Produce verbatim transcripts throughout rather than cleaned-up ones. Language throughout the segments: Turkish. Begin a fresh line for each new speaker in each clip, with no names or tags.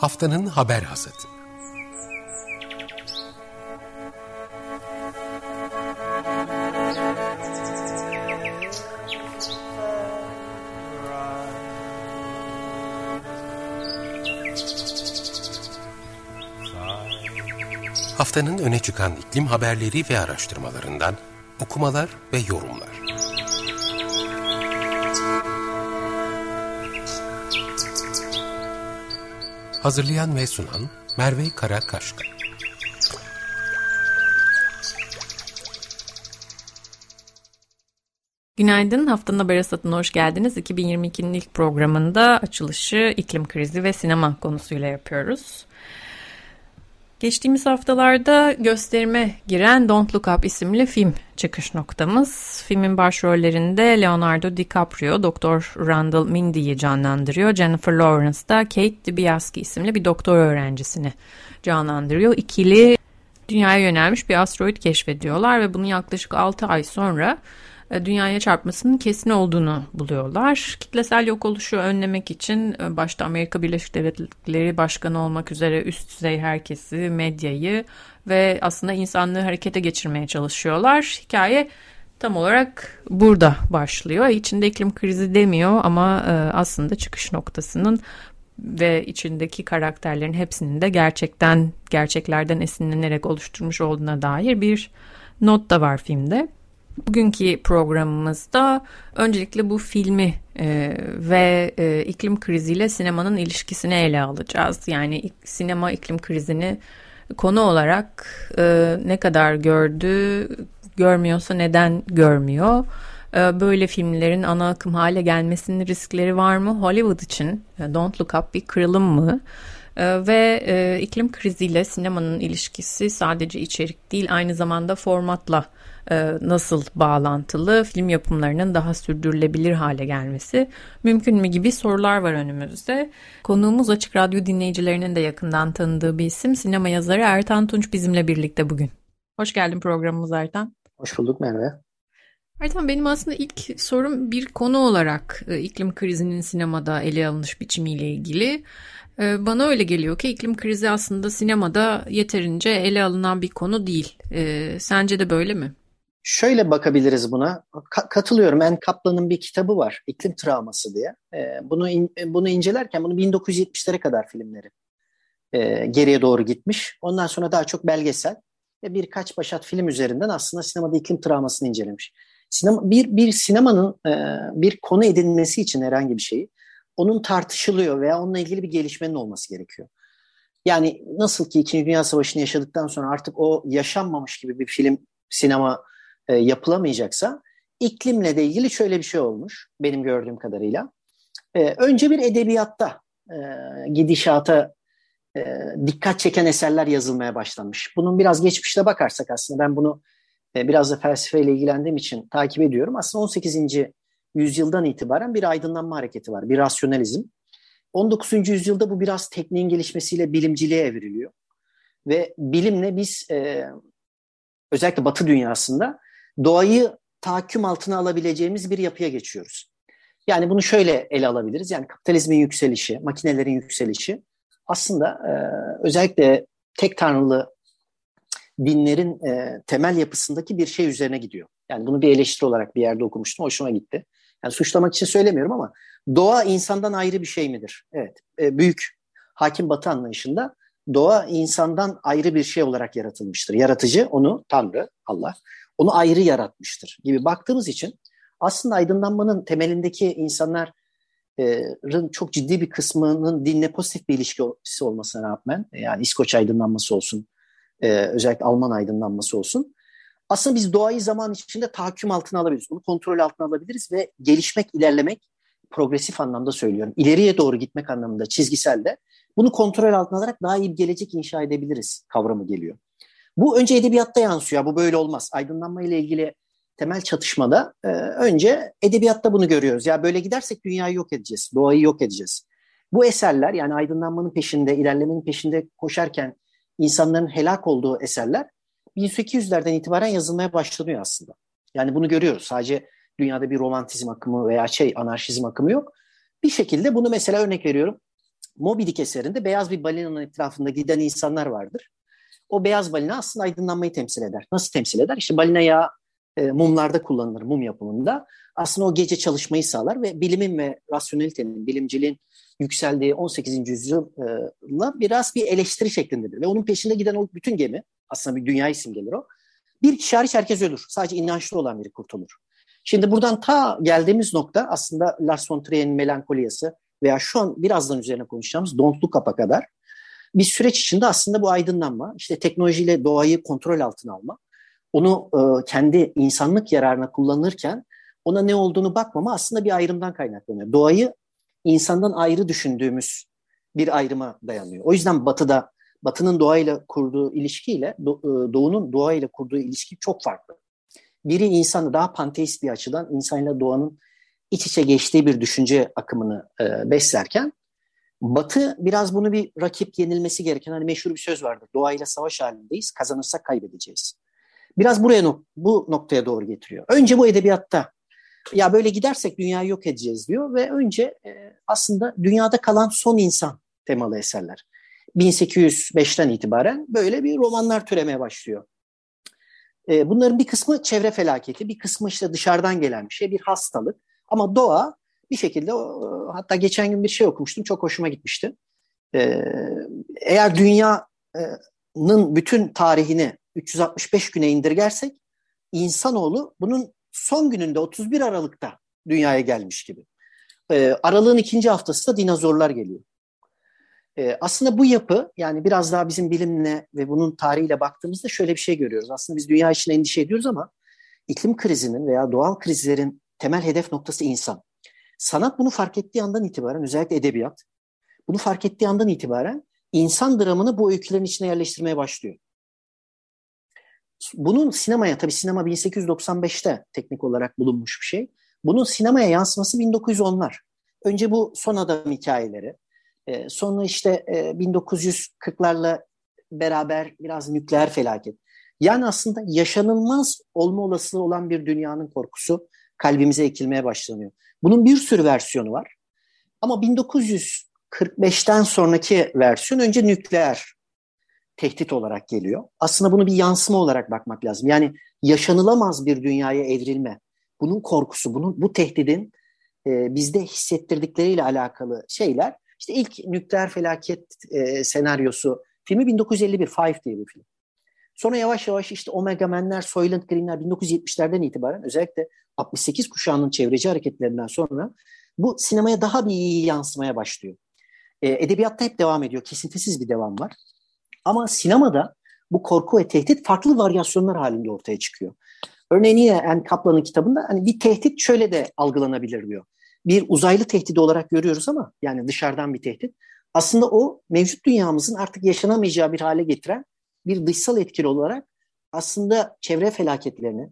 Haftanın haber hasadı. Haftanın öne çıkan iklim haberleri ve araştırmalarından okumalar ve yorumlar. Hazırlayan ve sunan Merve Karakaşka.
Günaydın, Haftanın Haber Hasadı'na hoş geldiniz. iki bin yirmi ikinin ilk programında açılışı iklim krizi ve sinema konusuyla yapıyoruz. Geçtiğimiz haftalarda gösterime giren Don't Look Up isimli film çıkış noktamız. Filmin başrollerinde Leonardo DiCaprio, Doktor Randall Mindy'yi canlandırıyor. Jennifer Lawrence da Kate DiBiase isimli bir doktor öğrencisini canlandırıyor. İkili dünyaya yönelmiş bir asteroid keşfediyorlar ve bunun yaklaşık altı ay sonra dünyaya çarpmasının kesin olduğunu buluyorlar. Kitlesel yok oluşu önlemek için başta Amerika Birleşik Devletleri Başkanı olmak üzere üst düzey herkesi, medyayı ve aslında insanlığı harekete geçirmeye çalışıyorlar. Hikaye tam olarak burada başlıyor. İçinde iklim krizi demiyor ama aslında çıkış noktasının ve içindeki karakterlerin hepsinin de gerçekten gerçeklerden esinlenerek oluşturmuş olduğuna dair bir not da var filmde. Bugünkü programımızda öncelikle bu filmi e, ve e, iklim kriziyle sinemanın ilişkisini ele alacağız. Yani sinema iklim krizini konu olarak e, ne kadar gördü, görmüyorsa neden görmüyor? E, böyle filmlerin ana akım hale gelmesinin riskleri var mı? Hollywood için e, Don't Look Up bir kırılım mı? E, ve e, iklim kriziyle sinemanın ilişkisi sadece içerik değil, aynı zamanda formatla nasıl bağlantılı, film yapımlarının daha sürdürülebilir hale gelmesi mümkün mü gibi sorular var önümüzde. Konuğumuz Açık Radyo dinleyicilerinin de yakından tanıdığı bir isim, sinema yazarı Ertan Tunç bizimle birlikte bugün. Hoş geldin programımıza Ertan.
Hoş bulduk Merve.
Ertan, benim aslında ilk sorum bir konu olarak iklim krizinin sinemada ele alınış biçimiyle ilgili. Bana öyle geliyor ki iklim krizi aslında sinemada yeterince ele alınan bir konu değil. Sence de böyle mi?
Şöyle bakabiliriz buna. Ka- katılıyorum. Anne Kaplan'ın bir kitabı var, İklim Travması diye. Ee, bunu in- bunu incelerken bunu bin dokuz yüz yetmişlere kadar filmleri e, geriye doğru gitmiş. Ondan sonra daha çok belgesel ve birkaç başat film üzerinden aslında sinemada iklim travmasını incelemiş. Sinema, bir bir sinemanın e, bir konu edinmesi için herhangi bir şeyi, onun tartışılıyor veya onunla ilgili bir gelişmenin olması gerekiyor. Yani nasıl ki İkinci Dünya Savaşı'nı yaşadıktan sonra artık o yaşanmamış gibi bir film, sinema e, yapılamayacaksa, iklimle de ilgili şöyle bir şey olmuş benim gördüğüm kadarıyla. E, önce bir edebiyatta e, gidişata e, dikkat çeken eserler yazılmaya başlanmış. Bunun biraz geçmişte bakarsak, aslında ben bunu e, biraz da felsefeyle ilgilendiğim için takip ediyorum. Aslında on sekizinci yüzyıldan itibaren bir aydınlanma hareketi var, bir rasyonalizm. on dokuzuncu yüzyılda bu biraz tekniğin gelişmesiyle bilimciliğe evriliyor. Ve bilimle biz e, özellikle Batı dünyasında doğayı tahakküm altına alabileceğimiz bir yapıya geçiyoruz. Yani bunu şöyle ele alabiliriz. Yani kapitalizmin yükselişi, makinelerin yükselişi aslında e, özellikle tek tanrılı dinlerin e, temel yapısındaki bir şey üzerine gidiyor. Yani bunu bir eleştiri olarak bir yerde okumuştum. Hoşuma gitti. Yani suçlamak için söylemiyorum ama doğa insandan ayrı bir şey midir? Evet. E, büyük hakim Batı anlayışında doğa insandan ayrı bir şey olarak yaratılmıştır. Yaratıcı onu, Tanrı, Allah, onu ayrı yaratmıştır gibi baktığımız için aslında aydınlanmanın temelindeki insanların çok ciddi bir kısmının dinle pozitif bir ilişkisi olmasına rağmen, yani İskoç aydınlanması olsun, özellikle Alman aydınlanması olsun, aslında biz doğayı zaman içinde tahakküm altına alabiliriz. Bunu kontrol altına alabiliriz ve gelişmek, ilerlemek, progresif anlamda söylüyorum, İleriye doğru gitmek anlamında, çizgisel de bunu kontrol altına alarak daha iyi bir gelecek inşa edebiliriz kavramı geliyor. Bu önce edebiyatta yansıyor. Bu böyle olmaz. Aydınlanma ile ilgili temel çatışmada e, önce edebiyatta bunu görüyoruz. Ya böyle gidersek dünyayı yok edeceğiz, doğayı yok edeceğiz. Bu eserler, yani aydınlanmanın peşinde, ilerlemenin peşinde koşarken insanların helak olduğu eserler bin sekiz yüzlerden itibaren yazılmaya başlanıyor aslında. Yani bunu görüyoruz. Sadece dünyada bir romantizm akımı veya şey anarşizm akımı yok. Bir şekilde bunu, mesela örnek veriyorum, Moby Dick eserinde beyaz bir balinanın etrafında giden insanlar vardır. O beyaz balina aslında aydınlanmayı temsil eder. Nasıl temsil eder? İşte balina yağı e, mumlarda kullanılır, mum yapımında. Aslında o gece çalışmayı sağlar ve bilimin ve rasyonelitenin, bilimciliğin yükseldiği on sekizinci yüzyılla biraz bir eleştiri şeklindedir. Ve onun peşinde giden o bütün gemi, aslında bir dünya isim gelir o. Bir kişi hariç herkes ölür. Sadece inançlı olan biri kurtulur. Şimdi buradan ta geldiğimiz nokta aslında Lars von Trier'in Melankoliyası veya şu an birazdan üzerine konuşacağımız Don't Look Up'a kadar bir süreç içinde aslında bu aydınlanma, işte teknolojiyle doğayı kontrol altına alma, onu e, kendi insanlık yararına kullanırken ona ne olduğunu bakmama aslında bir ayrımdan kaynaklanıyor. Doğayı insandan ayrı düşündüğümüz bir ayrıma dayanıyor. O yüzden Batı'da, Batı'nın doğayla kurduğu ilişkiyle Doğu'nun doğayla kurduğu ilişki çok farklı. Biri insanı daha panteist bir açıdan insanla doğanın iç içe geçtiği bir düşünce akımını e, beslerken Batı biraz bunu bir rakip yenilmesi gereken, hani meşhur bir söz vardır. Doğayla savaş halindeyiz, kazanırsak kaybedeceğiz. Biraz buraya bu noktaya doğru getiriyor. Önce bu edebiyatta ya böyle gidersek dünyayı yok edeceğiz diyor ve önce e, aslında dünyada kalan son insan temalı eserler. bin sekiz yüz beşten itibaren böyle bir romanlar türemeye başlıyor. E, bunların bir kısmı çevre felaketi, bir kısmı işte dışarıdan gelen bir şey, bir hastalık. Ama doğa bir şekilde, hatta geçen gün bir şey okumuştum, çok hoşuma gitmişti. E, eğer dünyanın bütün tarihini üç yüz altmış beş güne indirgersek, insanoğlu bunun son gününde otuz bir Aralık'ta dünyaya gelmiş gibi. E, Aralık'ın ikinci haftasında dinozorlar geliyor. E, aslında bu yapı, yani biraz daha bizim bilimle ve bunun tarihiyle baktığımızda şöyle bir şey görüyoruz. Aslında biz dünya için endişe ediyoruz ama iklim krizinin veya doğal krizlerin temel hedef noktası insan. Sanat bunu fark ettiği andan itibaren, özellikle edebiyat, bunu fark ettiği andan itibaren insan dramını bu öykülerin içine yerleştirmeye başlıyor. Bunun sinemaya, tabii sinema bin sekiz yüz doksan beşte teknik olarak bulunmuş bir şey. Bunun sinemaya yansıması bin dokuz yüz onlar. Önce bu Son Adam hikayeleri, e, sonra işte e, bin dokuz yüz kırklarla beraber biraz nükleer felaket. Yani aslında yaşanılmaz olma olasılığı olan bir dünyanın korkusu kalbimize ekilmeye başlanıyor. Bunun bir sürü versiyonu var. Ama bin dokuz yüz kırk beşten sonraki versiyon önce nükleer tehdit olarak geliyor. Aslında bunu bir yansıma olarak bakmak lazım. Yani yaşanılamaz bir dünyaya evrilme, bunun korkusu, bunun bu tehdidin e, bizde hissettirdikleriyle alakalı şeyler. İşte ilk nükleer felaket e, senaryosu filmi bin dokuz yüz elli bir, Five diye bir film. Sonra yavaş yavaş işte Omega Men'ler, Soylent Green'ler bin dokuz yüz yetmişlerden itibaren, özellikle altmış sekiz kuşağının çevreci hareketlerinden sonra bu sinemaya daha bir iyi yansımaya başlıyor. E, edebiyatta hep devam ediyor. Kesintisiz bir devam var. Ama sinemada bu korku ve tehdit farklı varyasyonlar halinde ortaya çıkıyor. Örneğin yine Anne Kaplan'ın kitabında hani bir tehdit şöyle de algılanabilir diyor. Bir uzaylı tehdidi olarak görüyoruz ama, yani dışarıdan bir tehdit. Aslında o mevcut dünyamızın artık yaşanamayacağı bir hale getiren bir dışsal etkili olarak aslında çevre felaketlerini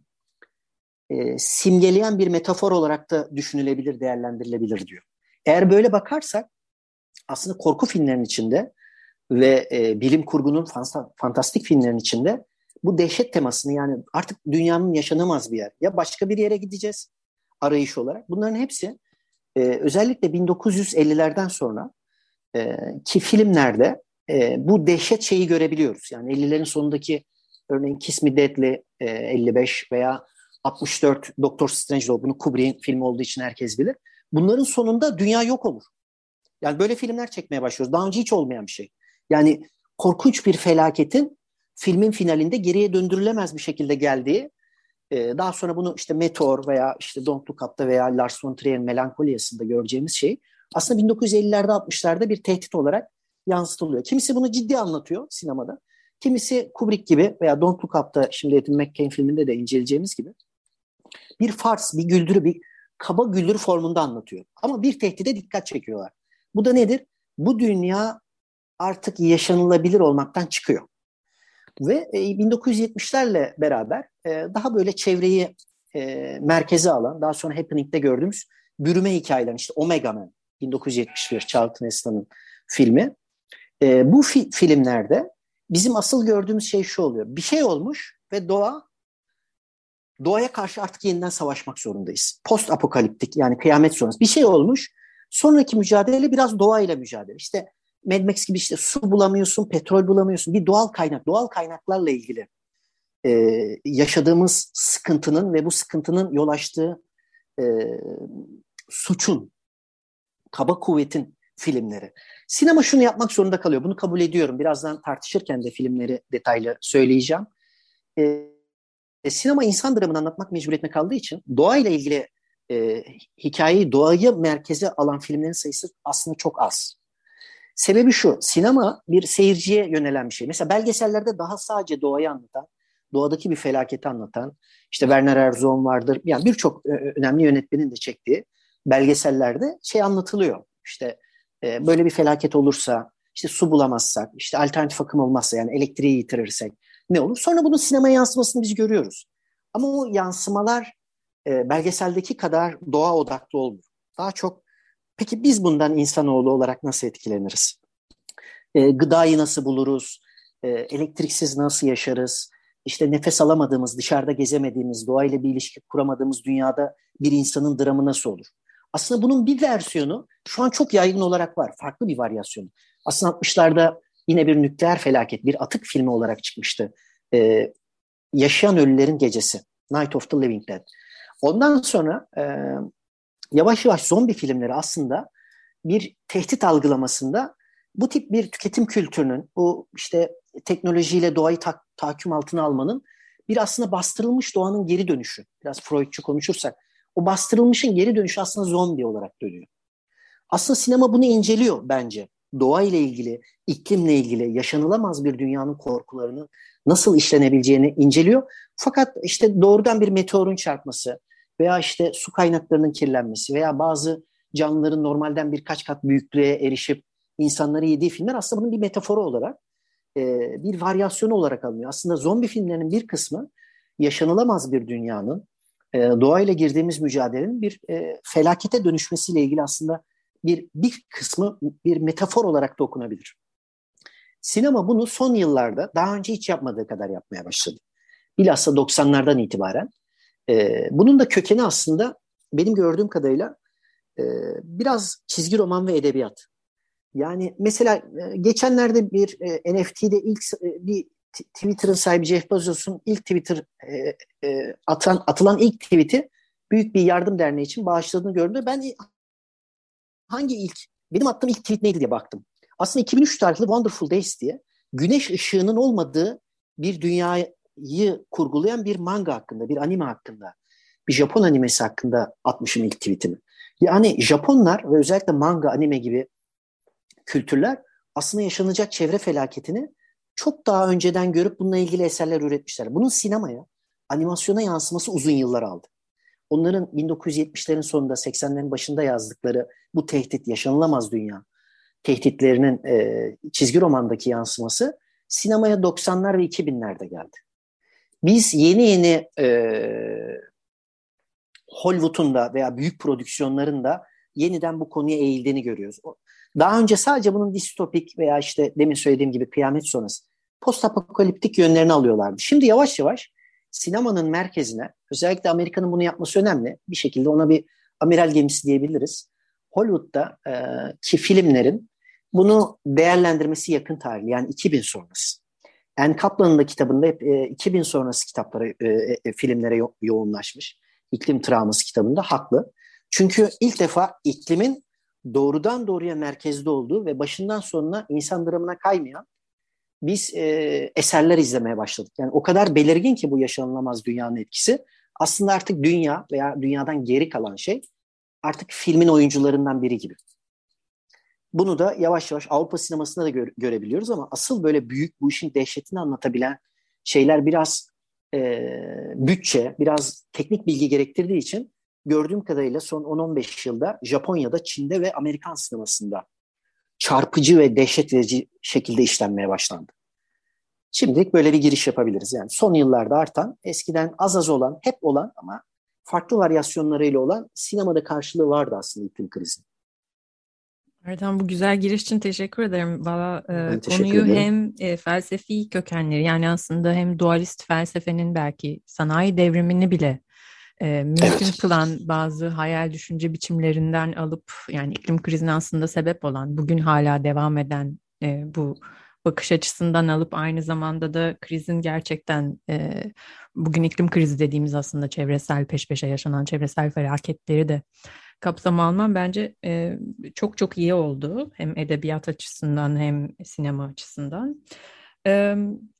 e, simgeleyen bir metafor olarak da düşünülebilir, değerlendirilebilir diyor. Eğer böyle bakarsak aslında korku filmlerinin içinde ve e, bilim kurgunun fanta- fantastik filmlerin içinde bu dehşet temasını, yani artık dünyanın yaşanamaz bir yer, ya başka bir yere gideceğiz arayış olarak. Bunların hepsi e, özellikle bin dokuz yüz ellilerden sonra e, ki filmlerde e, bu dehşet şeyi görebiliyoruz. Yani ellilerin sonundaki örneğin Kiss Me Deadly e, elli beş veya altmış dört Doktor Strangelove, bunu Kubrick'in filmi olduğu için herkes bilir. Bunların sonunda dünya yok olur. Yani böyle filmler çekmeye başlıyoruz. Daha önce hiç olmayan bir şey. Yani korkunç bir felaketin filmin finalinde geriye döndürülemez bir şekilde geldiği, e, daha sonra bunu işte Meteor veya işte Don't Look Up'ta veya Lars von Trier'in Melankoliyası'nda göreceğimiz şey aslında bin dokuz yüz ellilerde altmışlarda bir tehdit olarak yansıtılıyor. Kimisi bunu ciddi anlatıyor sinemada. Kimisi Kubrick gibi veya Don't Look Up'ta şimdi Eddie McCain filminde de inceleyeceğimiz gibi bir fars, bir güldürü, bir kaba güldürü formunda anlatıyor. Ama bir tehdide dikkat çekiyorlar. Bu da nedir? Bu dünya artık yaşanılabilir olmaktan çıkıyor. Ve e, bin dokuz yüz yetmişlerle beraber e, daha böyle çevreyi e, merkeze alan, daha sonra Happening'de gördüğümüz bürüme hikayeler, işte Omega Man bin dokuz yüz yetmiş bir, Charlton Heston'ın filmi. E, bu fi- filmlerde bizim asıl gördüğümüz şey şu oluyor. Bir şey olmuş ve doğa doğaya karşı artık yeniden savaşmak zorundayız. Post apokaliptik, yani kıyamet sonrası bir şey olmuş Sonraki mücadele biraz doğayla mücadele. İşte Mad Max gibi işte su bulamıyorsun, petrol bulamıyorsun. Bir doğal kaynak, doğal kaynaklarla ilgili e, yaşadığımız sıkıntının ve bu sıkıntının yol açtığı e, suçun, kaba kuvvetin filmleri. Sinema şunu yapmak zorunda kalıyor. Bunu kabul ediyorum. Birazdan tartışırken de filmleri detaylı söyleyeceğim. E, sinema insan dramını anlatmak mecburiyetine kaldığı için doğayla ilgili e, hikayeyi, doğayı merkeze alan filmlerin sayısı aslında çok az. Sebebi şu, sinema bir seyirciye yönelen bir şey. Mesela belgesellerde daha sadece doğayı anlatan, doğadaki bir felaketi anlatan, işte Werner Herzog vardır, yani birçok önemli yönetmenin de çektiği belgesellerde şey anlatılıyor. İşte e, böyle bir felaket olursa, işte su bulamazsak, işte alternatif akım olmazsa, yani elektriği yitirirsek ne olur? Sonra bunun sinemaya yansımasını biz görüyoruz. Ama o yansımalar e, belgeseldeki kadar doğa odaklı olmuyor. Daha çok, peki biz bundan insanoğlu olarak nasıl etkileniriz? E, gıdayı nasıl buluruz? E, elektriksiz nasıl yaşarız? İşte nefes alamadığımız, dışarıda gezemediğimiz, doğayla bir ilişki kuramadığımız dünyada bir insanın dramı nasıl olur? Aslında bunun bir versiyonu şu an çok yaygın olarak var. Farklı bir varyasyonu. Aslında altmışlarda yine bir nükleer felaket, bir atık filmi olarak çıkmıştı. E, Yaşayan Ölülerin Gecesi. Night of the Living Dead. Ondan sonra e, yavaş yavaş zombi filmleri aslında bir tehdit algılamasında bu tip bir tüketim kültürünün, bu işte teknolojiyle doğayı ta- tahakküm altına almanın bir aslında bastırılmış doğanın geri dönüşü. Biraz Freudçu konuşursak, o bastırılmışın geri dönüşü aslında zombi olarak dönüyor. Aslında sinema bunu inceliyor bence. Doğayla ilgili, iklimle ilgili, yaşanılamaz bir dünyanın korkularının nasıl işlenebileceğini inceliyor. Fakat işte doğrudan bir meteorun çarpması veya işte su kaynaklarının kirlenmesi veya bazı canlıların normalden birkaç kat büyüklüğe erişip insanları yediği filmler aslında bunun bir metaforu olarak, e, bir varyasyonu olarak alınıyor. Aslında zombi filmlerinin bir kısmı yaşanılamaz bir dünyanın, e, doğayla girdiğimiz mücadelenin bir e, felakete dönüşmesiyle ilgili aslında bir bir kısmı bir metafor olarak da okunabilir. Sinema bunu son yıllarda daha önce hiç yapmadığı kadar yapmaya başladı. Bilhassa doksanlardan itibaren. E, bunun da kökeni aslında benim gördüğüm kadarıyla e, biraz çizgi roman ve edebiyat. Yani mesela e, geçenlerde bir e, N F T'de ilk e, bir t- Twitter'ın sahibi Jeff Bezos'un ilk Twitter e, e, atan, atılan ilk tweet'i büyük bir yardım derneği için bağışladığını gördüm. Ben hangi ilk, benim attığım ilk tweet neydi diye baktım. Aslında iki bin üç tarihli Wonderful Days diye güneş ışığının olmadığı bir dünyayı kurgulayan bir manga hakkında, bir anime hakkında, bir Japon animesi hakkında atmışım ilk tweetimi. Yani Japonlar ve özellikle manga, anime gibi kültürler aslında yaşanacak çevre felaketini çok daha önceden görüp bununla ilgili eserler üretmişler. Bunun sinemaya, animasyona yansıması uzun yıllar aldı. Onların bin dokuz yüz yetmişlerin sonunda, seksenlerin başında yazdıkları bu tehdit, yaşanılamaz dünya tehditlerinin e, çizgi romandaki yansıması sinemaya doksanlar ve iki binlerde geldi. Biz yeni yeni e, Hollywood'un da veya büyük prodüksiyonların da yeniden bu konuya eğildiğini görüyoruz. Daha önce sadece bunun distopik veya işte demin söylediğim gibi kıyamet sonrası post-apokaliptik yönlerini alıyorlardı. Şimdi yavaş yavaş sinemanın merkezine, özellikle Amerika'nın bunu yapması önemli. Bir şekilde ona bir amiral gemisi diyebiliriz. Hollywood'da e, ki filmlerin bunu değerlendirmesi yakın tarihli, yani iki bin sonrası. Anne Kaplan'ın da kitabında hep e, iki bin sonrası kitaplara, e, e, filmlere yo- yoğunlaşmış. İklim Travması kitabında haklı. Çünkü ilk defa iklimin doğrudan doğruya merkezde olduğu ve başından sonuna insan dramına kaymayan biz e, eserler izlemeye başladık. Yani o kadar belirgin ki bu yaşanılamaz dünyanın etkisi. Aslında artık dünya veya dünyadan geri kalan şey artık filmin oyuncularından biri gibi. Bunu da yavaş yavaş Avrupa sinemasında da gö- görebiliyoruz ama asıl böyle büyük, bu işin dehşetini anlatabilen şeyler biraz e, bütçe, biraz teknik bilgi gerektirdiği için gördüğüm kadarıyla son on on beş yılda Japonya'da, Çin'de ve Amerikan sinemasında çarpıcı ve dehşet verici şekilde işlenmeye başlandı. Şimdilik böyle bir giriş yapabiliriz. Yani son yıllarda artan, eskiden az az olan, hep olan ama farklı varyasyonlarıyla olan sinemada karşılığı vardı aslında iklim krizinin.
Erdem, bu güzel giriş için teşekkür ederim. Valla e,
Ben teşekkür
konuyu
ederim.
hem e, felsefi kökenleri, yani aslında hem dualist felsefenin belki sanayi devrimini bile e, mümkün
Evet.
kılan bazı hayal düşünce biçimlerinden alıp, yani iklim krizine aslında sebep olan, bugün hala devam eden e, bu bakış açısından alıp aynı zamanda da krizin gerçekten e, bugün iklim krizi dediğimiz aslında çevresel, peş peşe yaşanan çevresel felaketleri de kapsam alman bence e, çok çok iyi oldu. Hem edebiyat açısından hem sinema açısından. E,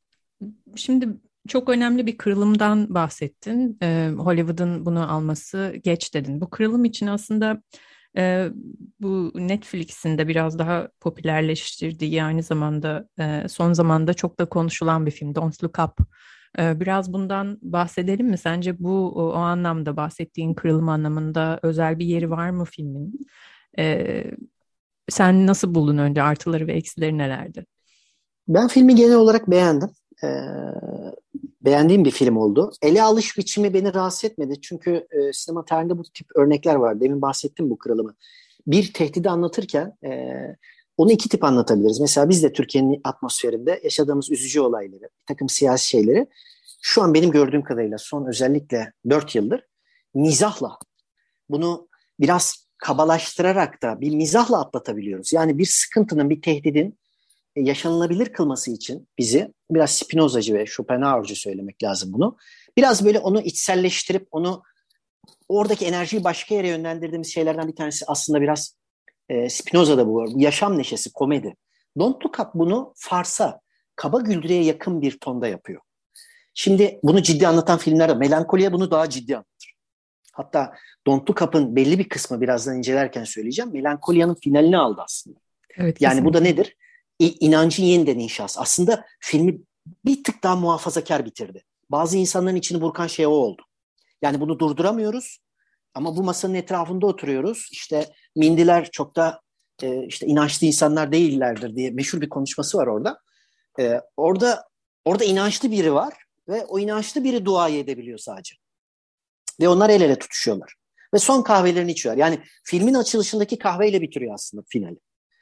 Şimdi çok önemli bir kırılımdan bahsettin. E, Hollywood'un bunu alması geç dedin. Bu kırılım için aslında e, bu Netflix'in de biraz daha popülerleştirdiği, aynı zamanda e, son zamanda çok da konuşulan bir film, Don't Look Up. E, biraz bundan bahsedelim mi? Sence bu o, o anlamda, bahsettiğin kırılım anlamında özel bir yeri var mı filmin? E, Sen nasıl buldun, önce artıları ve eksileri nelerdi?
Ben filmi genel olarak beğendim. Ee, beğendiğim bir film oldu. Ele alış biçimi beni rahatsız etmedi. Çünkü e, sinema tarihinde bu tip örnekler var. Demin bahsettim bu kırılımı. Bir tehdidi anlatırken e, onu iki tip anlatabiliriz. Mesela biz de Türkiye'nin atmosferinde yaşadığımız üzücü olayları, bir takım siyasi şeyleri şu an benim gördüğüm kadarıyla son özellikle dört yıldır mizahla, bunu biraz kabalaştırarak da bir mizahla atlatabiliyoruz. Yani bir sıkıntının, bir tehdidin yaşanılabilir kılması için bizi biraz Spinozacı ve Schopenhauer'cı söylemek lazım bunu. Biraz böyle onu içselleştirip onu, oradaki enerjiyi başka yere yönlendirdiğimiz şeylerden bir tanesi aslında biraz e, Spinoza'da bu var. Yaşam neşesi, komedi. Don't Look Up bunu farsa, kaba güldürüye yakın bir tonda yapıyor. Şimdi bunu ciddi anlatan filmler de, Melankoliye bunu daha ciddi anlatır. Hatta Don't Look Up'ın belli bir kısmı birazdan incelerken söyleyeceğim. Melankolia'nın finalini aldı aslında.
Evet,
Yani bu da
kesinlikle.
nedir? İnancın yeniden inşası. Aslında filmi bir tık daha muhafazakar bitirdi. Bazı insanların içini burkan şey o oldu. Yani bunu durduramıyoruz ama bu masanın etrafında oturuyoruz. İşte Mindiler çok da e, işte inançlı insanlar değillerdir diye meşhur bir konuşması var orada. E, orada orada inançlı biri var ve o inançlı biri duayı edebiliyor sadece. Ve onlar el ele tutuşuyorlar. Ve son kahvelerini içiyorlar. Yani filmin açılışındaki kahveyle bitiriyor aslında finali.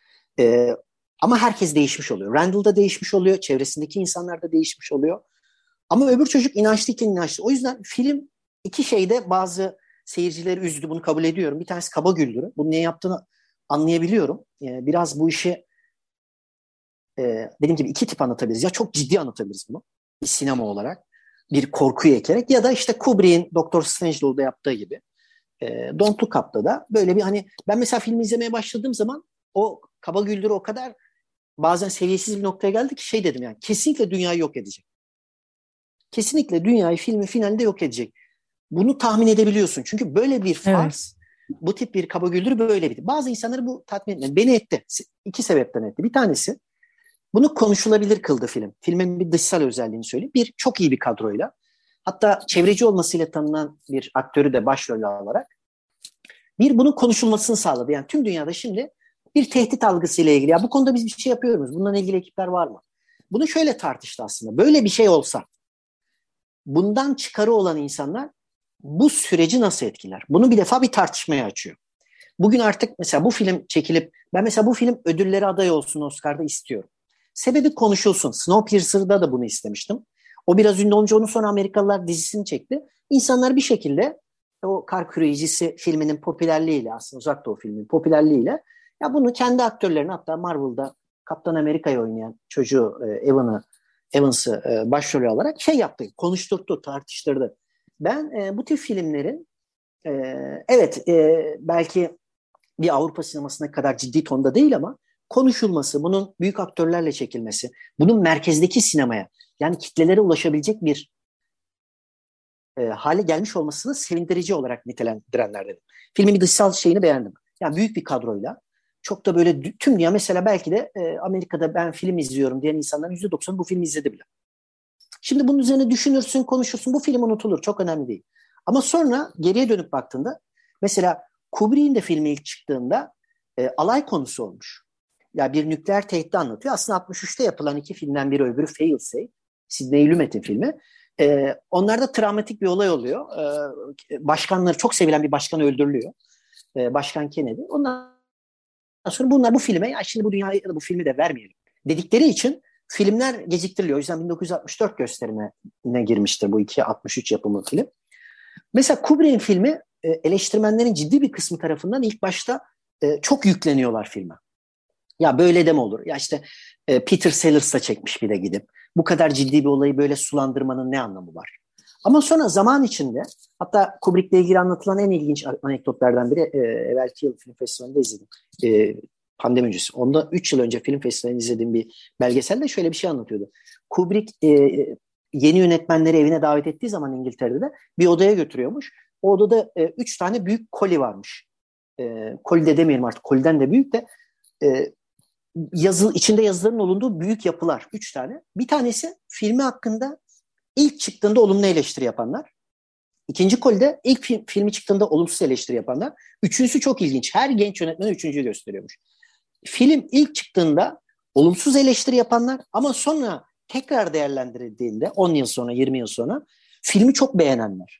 E, Ama herkes değişmiş oluyor. Randall da değişmiş oluyor. Çevresindeki insanlar da değişmiş oluyor. Ama öbür çocuk inançlıyken inançlı. O yüzden film iki şeyde bazı seyircileri üzdü. Bunu kabul ediyorum. Bir tanesi kaba güldürü. Bunu niye yaptığını anlayabiliyorum. Ee, biraz bu işi e, dediğim gibi iki tip anlatabiliriz. Ya çok ciddi anlatabiliriz bunu. Bir sinema olarak. Bir korkuyu ekerek. Ya da işte Kubrick'in Doktor Strangelove'da yaptığı gibi. E, Don't Look Up'ta da böyle bir, hani ben mesela filmi izlemeye başladığım zaman o kaba güldürü o kadar bazen seviyesiz bir noktaya geldi ki şey dedim, yani kesinlikle dünyayı yok edecek. Kesinlikle dünyayı filmin finalinde yok edecek. Bunu tahmin edebiliyorsun. Çünkü böyle bir
Evet.
fars, bu tip bir kaba güldürü böyle bir. Bazı insanları bu tatmin etmedi. Beni etti. İki sebepten etti. Bir tanesi, bunu konuşulabilir kıldı film. Filmin bir dışsal özelliğini söyleyeyim. Bir, çok iyi bir kadroyla. Hatta çevreci olmasıyla tanınan bir aktörü de başrol alarak. Bir, bunun konuşulmasını sağladı. Yani tüm dünyada şimdi bir tehdit algısıyla ilgili. Ya bu konuda biz bir şey yapıyor muyuz? Bununla ilgili ekipler var mı? Bunu şöyle tartıştı aslında. Böyle bir şey olsa, bundan çıkarı olan insanlar bu süreci nasıl etkiler? Bunu bir defa bir tartışmaya açıyor. Bugün artık mesela bu film çekilip, ben mesela bu film ödüllere aday olsun Oscar'da istiyorum. Sebebi konuşulsun. Snowpiercer'da da bunu istemiştim. O biraz ünlü olunca onun sonra Amerikalılar dizisini çekti. İnsanlar bir şekilde o Kar Küreyicisi filminin popülerliğiyle, aslında Uzak Doğu filminin popülerliğiyle, ya bunu kendi aktörlerine, hatta Marvel'da Kaptan Amerika'yı oynayan çocuğu e, Evan'ı Evans'ı e, başrolü alarak şey yaptı, konuşturdu, tartıştırdı. Ben e, bu tip filmlerin e, evet e, belki bir Avrupa sinemasına kadar ciddi tonda değil ama konuşulması, bunun büyük aktörlerle çekilmesi, bunun merkezdeki sinemaya, yani kitlelere ulaşabilecek bir e, hale gelmiş olmasını sevindirici olarak nitelendirenlerdenim. Filmin bir dışsal şeyini beğendim. Yani büyük bir kadroyla, çok da böyle tüm dünya, mesela belki de e, Amerika'da ben film izliyorum diyen insanların yüzde doksanı bu filmi izledi bile. Şimdi bunun üzerine düşünürsün, konuşursun. Bu film unutulur. Çok önemli değil. Ama sonra geriye dönüp baktığında, mesela Kubrick'in de filmi ilk çıktığında e, alay konusu olmuş. Ya yani bir nükleer tehdidi anlatıyor. Aslında altmış üçte yapılan iki filmden biri, öbürü Failsafe. Sidney Lumet'in filmi. E, onlarda travmatik bir olay oluyor. E, başkanları, çok sevilen bir başkan öldürülüyor. E, Başkan Kennedy. Ondan sonra bunlar bu filme, ya şimdi bu dünyayı ya da bu filmi de vermeyelim dedikleri için filmler geciktiriliyor. O yüzden bin dokuz yüz altmış dört gösterimine girmiştir bu iki altmış üç yapımı film. Mesela Kubrick'in filmi e, eleştirmenlerin ciddi bir kısmı tarafından ilk başta e, çok yükleniyorlar filme. Ya böyle de mi olur? Ya işte e, Peter Sellers da çekmiş bir de gidip. Bu kadar ciddi bir olayı böyle sulandırmanın ne anlamı var? Ama sonra zaman içinde, hatta Kubrick'le ilgili anlatılan en ilginç anekdotlardan biri, e, evvelki yıl film festivalinde izledim. E, pandemi öncesi. Onda üç yıl önce film festivalinde izlediğim bir belgeselde şöyle bir şey anlatıyordu. Kubrick e, yeni yönetmenleri evine davet ettiği zaman İngiltere'de de bir odaya götürüyormuş. O odada e, üç tane büyük koli varmış. E, koli de demeyelim artık, koliden de büyük de e, yazı, içinde yazıların olunduğu büyük yapılar. Üç tane. Bir tanesi filmi hakkında ilk çıktığında olumlu eleştiri yapanlar. İkinci kolide ilk film, filmi çıktığında olumsuz eleştiri yapanlar. Üçüncüsü çok ilginç. Her genç yönetmen üçüncüyü gösteriyormuş. Film ilk çıktığında olumsuz eleştiri yapanlar ama sonra tekrar değerlendirildiğinde on yıl sonra, yirmi yıl sonra filmi çok beğenenler.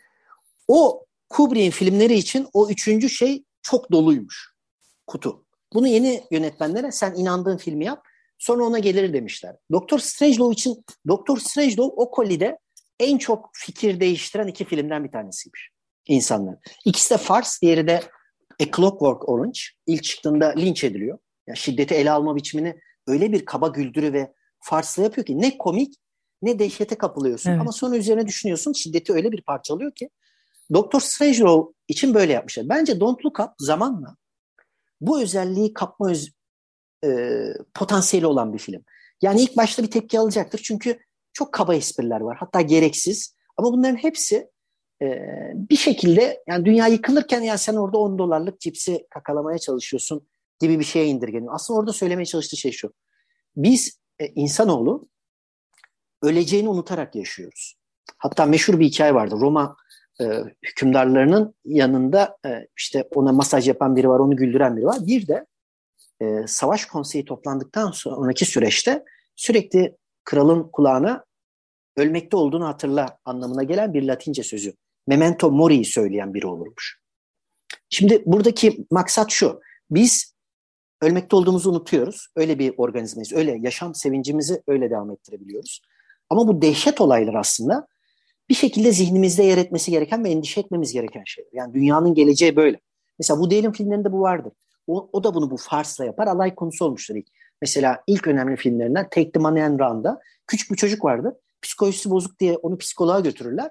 O Kubrick'in filmleri için o üçüncü şey çok doluymuş. Kutu. Bunu yeni yönetmenlere sen inandığın filmi yap, sonra ona gelir demişler. Doktor Strangelove için Doktor Strangelove o kolide en çok fikir değiştiren iki filmden bir tanesiymiş insanlar. İkisi de fars, diğeri de A Clockwork Orange. İlk çıktığında linç ediliyor. Yani şiddeti ele alma biçimini öyle bir kaba güldürü ve farsla yapıyor ki ne komik ne dehşete kapılıyorsun. Evet. Ama sonra üzerine düşünüyorsun, şiddeti öyle bir parçalıyor ki. Doktor Strangelove için böyle yapmışlar. Bence Don't Look Up zamanla bu özelliği kapma öz, e, potansiyeli olan bir film. Yani ilk başta bir tepki alacaktır. Çünkü çok kaba espriler var. Hatta gereksiz. Ama bunların hepsi e, bir şekilde, yani dünya yıkılırken ya sen orada on dolarlık cipsi kakalamaya çalışıyorsun gibi bir şeye indirgeniyor. Aslında orada söylemeye çalıştığı şey şu. Biz e, insanoğlu öleceğini unutarak yaşıyoruz. Hatta meşhur bir hikaye vardı. Roma e, hükümdarlarının yanında e, işte ona masaj yapan biri var, onu güldüren biri var. Bir de e, savaş konseyi toplandıktan sonraki süreçte sürekli kralın kulağına ölmekte olduğunu hatırla anlamına gelen bir Latince sözü. Memento mori'yi söyleyen biri olurmuş. Şimdi buradaki maksat şu. Biz ölmekte olduğumuzu unutuyoruz. Öyle bir organizmayız. Öyle yaşam sevincimizi öyle devam ettirebiliyoruz. Ama bu dehşet olaylar aslında bir şekilde zihnimizde yer etmesi gereken ve endişe etmemiz gereken şeyler. Yani dünyanın geleceği böyle. Mesela Woody Allen filmlerinde bu vardır. O, o da bunu bu farsla yapar. Alay konusu olmuştur ilk. Mesela ilk önemli filmlerinden Take the Money and Run'da küçük bir çocuk vardı. Psikolojisi bozuk diye onu psikoloğa götürürler.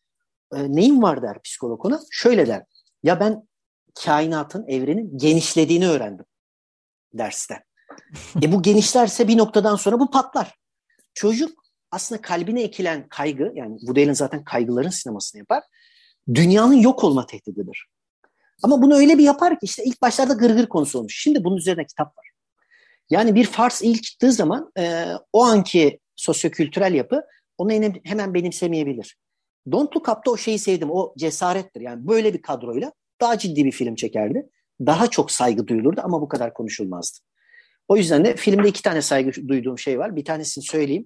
E, neyin var der psikolog ona? Şöyle der. Ya ben kainatın, evrenin genişlediğini öğrendim derste. e bu genişlerse bir noktadan sonra bu patlar. Çocuk aslında kalbine ekilen kaygı, yani Woody Allen zaten kaygıların sinemasını yapar. Dünyanın yok olma tehdididir. Ama bunu öyle bir yapar ki işte ilk başlarda gırgır konusu olmuş. Şimdi bunun üzerine kitap var. Yani bir fars ilk çıktığı zaman e, o anki sosyokültürel yapı onu hemen benimsemeyebilir. Don't Look Up'ta o şeyi sevdim. O cesarettir. Yani böyle bir kadroyla daha ciddi bir film çekerdi. Daha çok saygı duyulurdu ama bu kadar konuşulmazdı. O yüzden de filmde iki tane saygı duyduğum şey var. Bir tanesini söyleyeyim.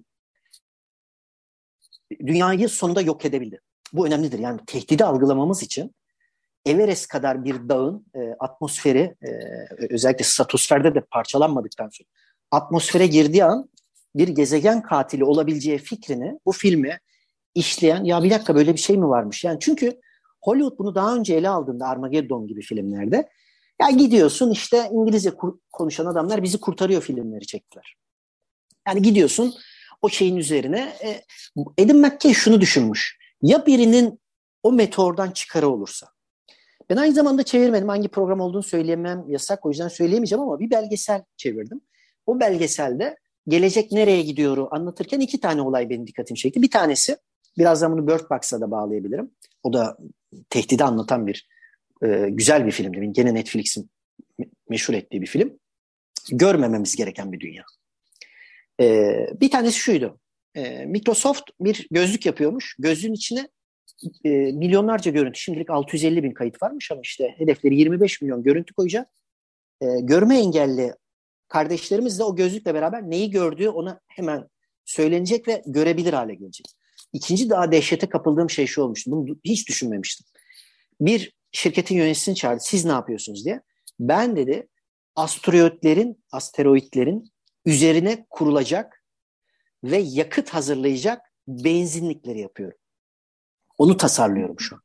Dünyayı sonunda yok edebildi. Bu önemlidir. Yani tehdidi algılamamız için Everest kadar bir dağın e, atmosferi, e, özellikle stratosferde de parçalanmadıktan sonra atmosfere girdiği an bir gezegen katili olabileceği fikrini bu filmi işleyen, ya bir dakika böyle bir şey mi varmış? Yani çünkü Hollywood bunu daha önce ele aldığında Armageddon gibi filmlerde ya gidiyorsun işte İngilizce kur- konuşan adamlar bizi kurtarıyor filmleri çektiler. Yani gidiyorsun o şeyin üzerine e, Adam McKay şunu düşünmüş. Ya birinin o meteordan çıkarı olursa. Ben aynı zamanda çevirmedim. Hangi program olduğunu söyleyemem, yasak. O yüzden söyleyemeyeceğim ama bir belgesel çevirdim. O belgeselde gelecek nereye gidiyoru anlatırken iki tane olay benim dikkatimi çekti. Bir tanesi, birazdan bunu Bird Box'a da bağlayabilirim. O da tehdidi anlatan bir e, güzel bir filmdi. Gene Netflix'in meşhur ettiği bir film. Görmememiz gereken bir dünya. E, bir tanesi şuydu. E, Microsoft bir gözlük yapıyormuş. Gözlüğün içine e, milyonlarca görüntü. Şimdilik altı yüz elli bin kayıt varmış ama işte hedefleri yirmi beş milyon görüntü koyacak. E, görme engelli kardeşlerimiz de o gözlükle beraber neyi gördüğü ona hemen söylenecek ve görebilir hale gelecek. İkinci daha dehşete kapıldığım şey şu olmuştu. Bunu hiç düşünmemiştim. Bir şirketin yöneticisini çağırdı. Siz ne yapıyorsunuz diye. Ben dedi asteroidlerin, asteroidlerin üzerine kurulacak ve yakıt hazırlayacak benzinlikleri yapıyorum. Onu tasarlıyorum şu an.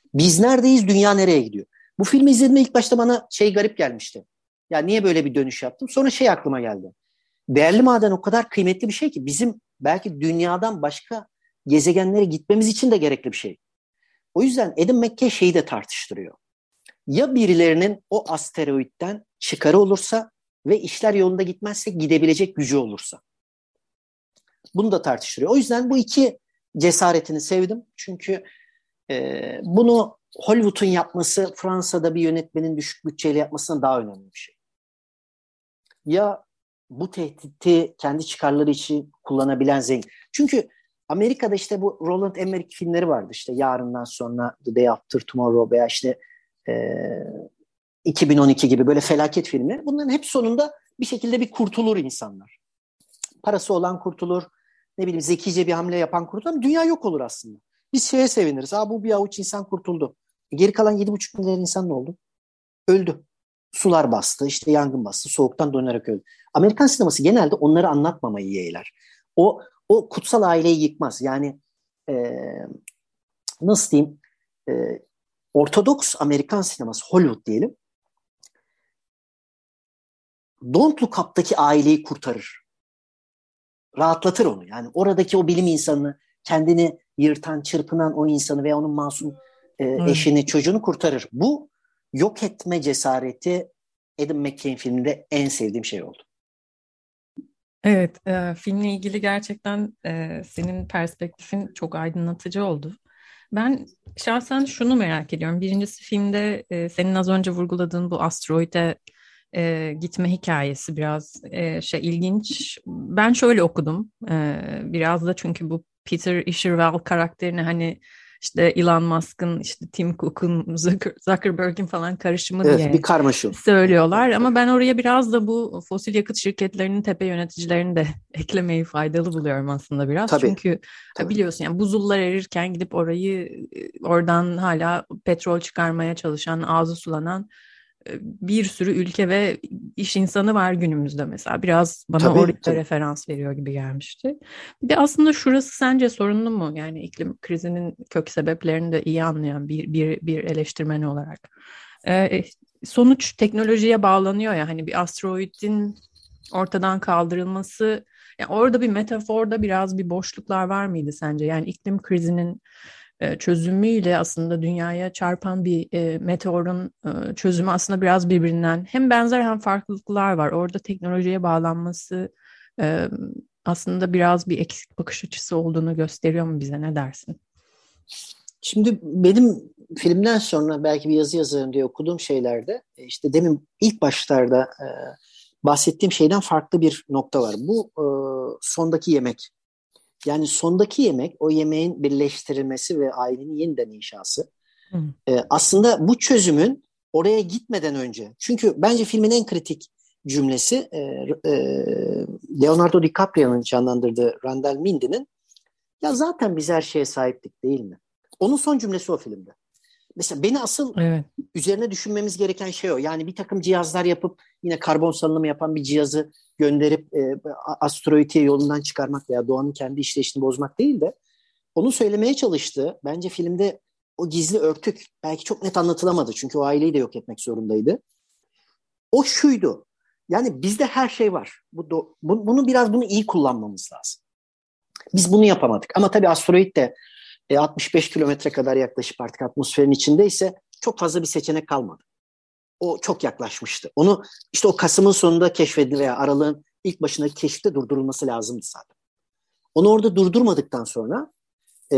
Biz neredeyiz, dünya nereye gidiyor? Bu filmi izlediğimde ilk başta bana şey garip gelmişti. Ya niye böyle bir dönüş yaptım? Sonra şey aklıma geldi. Değerli maden o kadar kıymetli bir şey ki bizim belki dünyadan başka gezegenlere gitmemiz için de gerekli bir şey. O yüzden Adam McKay şeyi de tartıştırıyor. Ya birilerinin o asteroitten çıkarı olursa ve işler yolunda gitmezse gidebilecek gücü olursa. Bunu da tartıştırıyor. O yüzden bu iki cesaretini sevdim. Çünkü e, bunu Hollywood'un yapması Fransa'da bir yönetmenin düşük bütçeyle yapmasından daha önemli bir şey. Ya bu tehdidi kendi çıkarları için kullanabilen zengin. Çünkü Amerika'da işte bu Roland Emmerich filmleri vardı. İşte Yarından Sonra, The Day After Tomorrow veya işte e, iki bin on iki gibi böyle felaket filmler. Bunların hep sonunda bir şekilde bir kurtulur insanlar. Parası olan kurtulur, ne bileyim zekice bir hamle yapan kurtulur ama dünya yok olur aslında. Biz şeye seviniriz. Aa, bu bir avuç insan kurtuldu. E, geri kalan yedi buçuk milyar insan ne oldu? Öldü. Sular bastı, işte yangın bastı, soğuktan donarak öldü. Amerikan sineması genelde onları anlatmamayı yeğler. O o kutsal aileyi yıkmaz. Yani e, nasıl diyeyim? E, Ortodoks Amerikan sineması, Hollywood diyelim. Don't Look Up'taki aileyi kurtarır. Rahatlatır onu. Yani oradaki o bilim insanını, kendini yırtan, çırpınan o insanı veya onun masum e, eşini, çocuğunu kurtarır. Bu yok etme cesareti Adam McKay'in filminde en sevdiğim şey oldu.
Evet, e, filmle ilgili gerçekten e, senin perspektifin çok aydınlatıcı oldu. Ben şahsen şunu merak ediyorum. Birincisi filmde e, senin az önce vurguladığın bu asteroide e, gitme hikayesi biraz e, şey ilginç. Ben şöyle okudum. E, biraz da çünkü bu Peter Isherwell karakterini hani işte Elon Musk'ın, işte Tim Cook'un, Zuckerberg'in falan karışımı
Evet,
diye
bir karmaşa.
söylüyorlar. Ama ben oraya biraz da bu fosil yakıt şirketlerinin tepe yöneticilerini de eklemeyi faydalı buluyorum aslında biraz.
Tabii,
Çünkü
tabii.
biliyorsun yani buzullar erirken gidip orayı oradan hala petrol çıkarmaya çalışan, ağzı sulanan bir sürü ülke ve iş insanı var günümüzde mesela. Biraz bana
Tabii,
oraya
tabii.
referans veriyor gibi gelmişti. Bir de aslında şurası sence sorunlu mu? Yani iklim krizinin kök sebeplerini de iyi anlayan bir, bir, bir eleştirmen olarak. Ee, sonuç teknolojiye bağlanıyor ya, hani bir asteroidin ortadan kaldırılması, yani orada bir metaforda biraz bir boşluklar var mıydı sence? Yani iklim krizinin e, çözümüyle aslında dünyaya çarpan bir e, meteorun e, çözümü aslında biraz birbirinden hem benzer hem farklılıklar var. Orada teknolojiye bağlanması e, aslında biraz bir eksik bakış açısı olduğunu gösteriyor mu bize? Ne dersin?
Şimdi benim filmden sonra belki bir yazı yazarım diye okuduğum şeylerde işte demin ilk başlarda e, bahsettiğim şeyden farklı bir nokta var. Bu e, sondaki yemek. Yani sondaki yemek, o yemeğin birleştirilmesi ve ailenin yeniden inşası.
Hmm.
E, aslında bu çözümün oraya gitmeden önce. Çünkü bence filmin en kritik cümlesi e, e, Leonardo DiCaprio'nun canlandırdığı Randall Mindy'nin ya zaten biz her şeye sahiptik değil mi? Onun son cümlesi o filmde. Mesela beni asıl
Evet.
üzerine düşünmemiz gereken şey o. Yani bir takım cihazlar yapıp yine karbon salınımı yapan bir cihazı gönderip e, asteroidi yolundan çıkarmak veya doğanın kendi işleyişini bozmak değil de onu söylemeye çalıştığı bence filmde o gizli örtük belki çok net anlatılamadı. Çünkü o aileyi de yok etmek zorundaydı. O şuydu. Yani bizde her şey var. Bu, do- bu bunu biraz bunu iyi kullanmamız lazım. Biz bunu yapamadık. Ama tabii asteroid de e, altmış beş kilometre kadar yaklaşıp artık atmosferin içindeyse çok fazla bir seçenek kalmadı. O çok yaklaşmıştı. Onu işte o Kasım'ın sonunda keşfedildi veya Aralık'ın ilk başındaki keşifte durdurulması lazımdı zaten. Onu orada durdurmadıktan sonra e,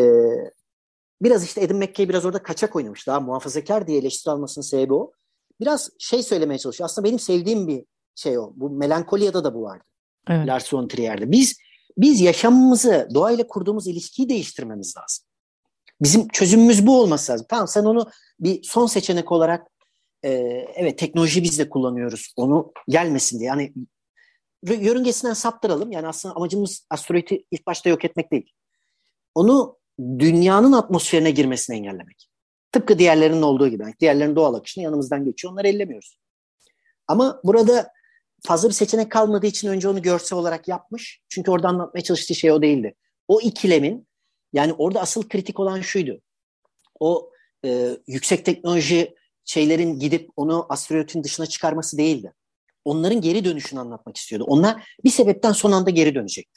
biraz işte Adam McKay biraz orada kaçak oynamış. Daha muhafazakar diye eleştiri almasının sebebi o. Biraz şey söylemeye çalışıyor. Aslında benim sevdiğim bir şey o. Bu Melankoliya'da da bu vardı.
Evet.
Lars von Trier'de. Biz biz yaşamımızı, doğayla kurduğumuz ilişkiyi değiştirmemiz lazım. Bizim çözümümüz bu olması lazım. Tamam, sen onu bir son seçenek olarak e, evet teknoloji biz de kullanıyoruz. Onu gelmesin diye. Yani yörüngesinden saptıralım. Yani aslında amacımız asteroidi ilk başta yok etmek değil. Onu dünyanın atmosferine girmesini engellemek. Tıpkı diğerlerinin olduğu gibi. Yani diğerlerinin doğal akışını yanımızdan geçiyor. Onları ellemiyoruz. Ama burada fazla bir seçenek kalmadığı için önce onu görsel olarak yapmış. Çünkü orada anlatmaya çalıştığı şey o değildi. O ikilemin, yani orada asıl kritik olan şuydu. O e, yüksek teknoloji şeylerin gidip onu asteroidin dışına çıkarması değildi. Onların geri dönüşünü anlatmak istiyordu. Onlar bir sebepten son anda geri dönecekti.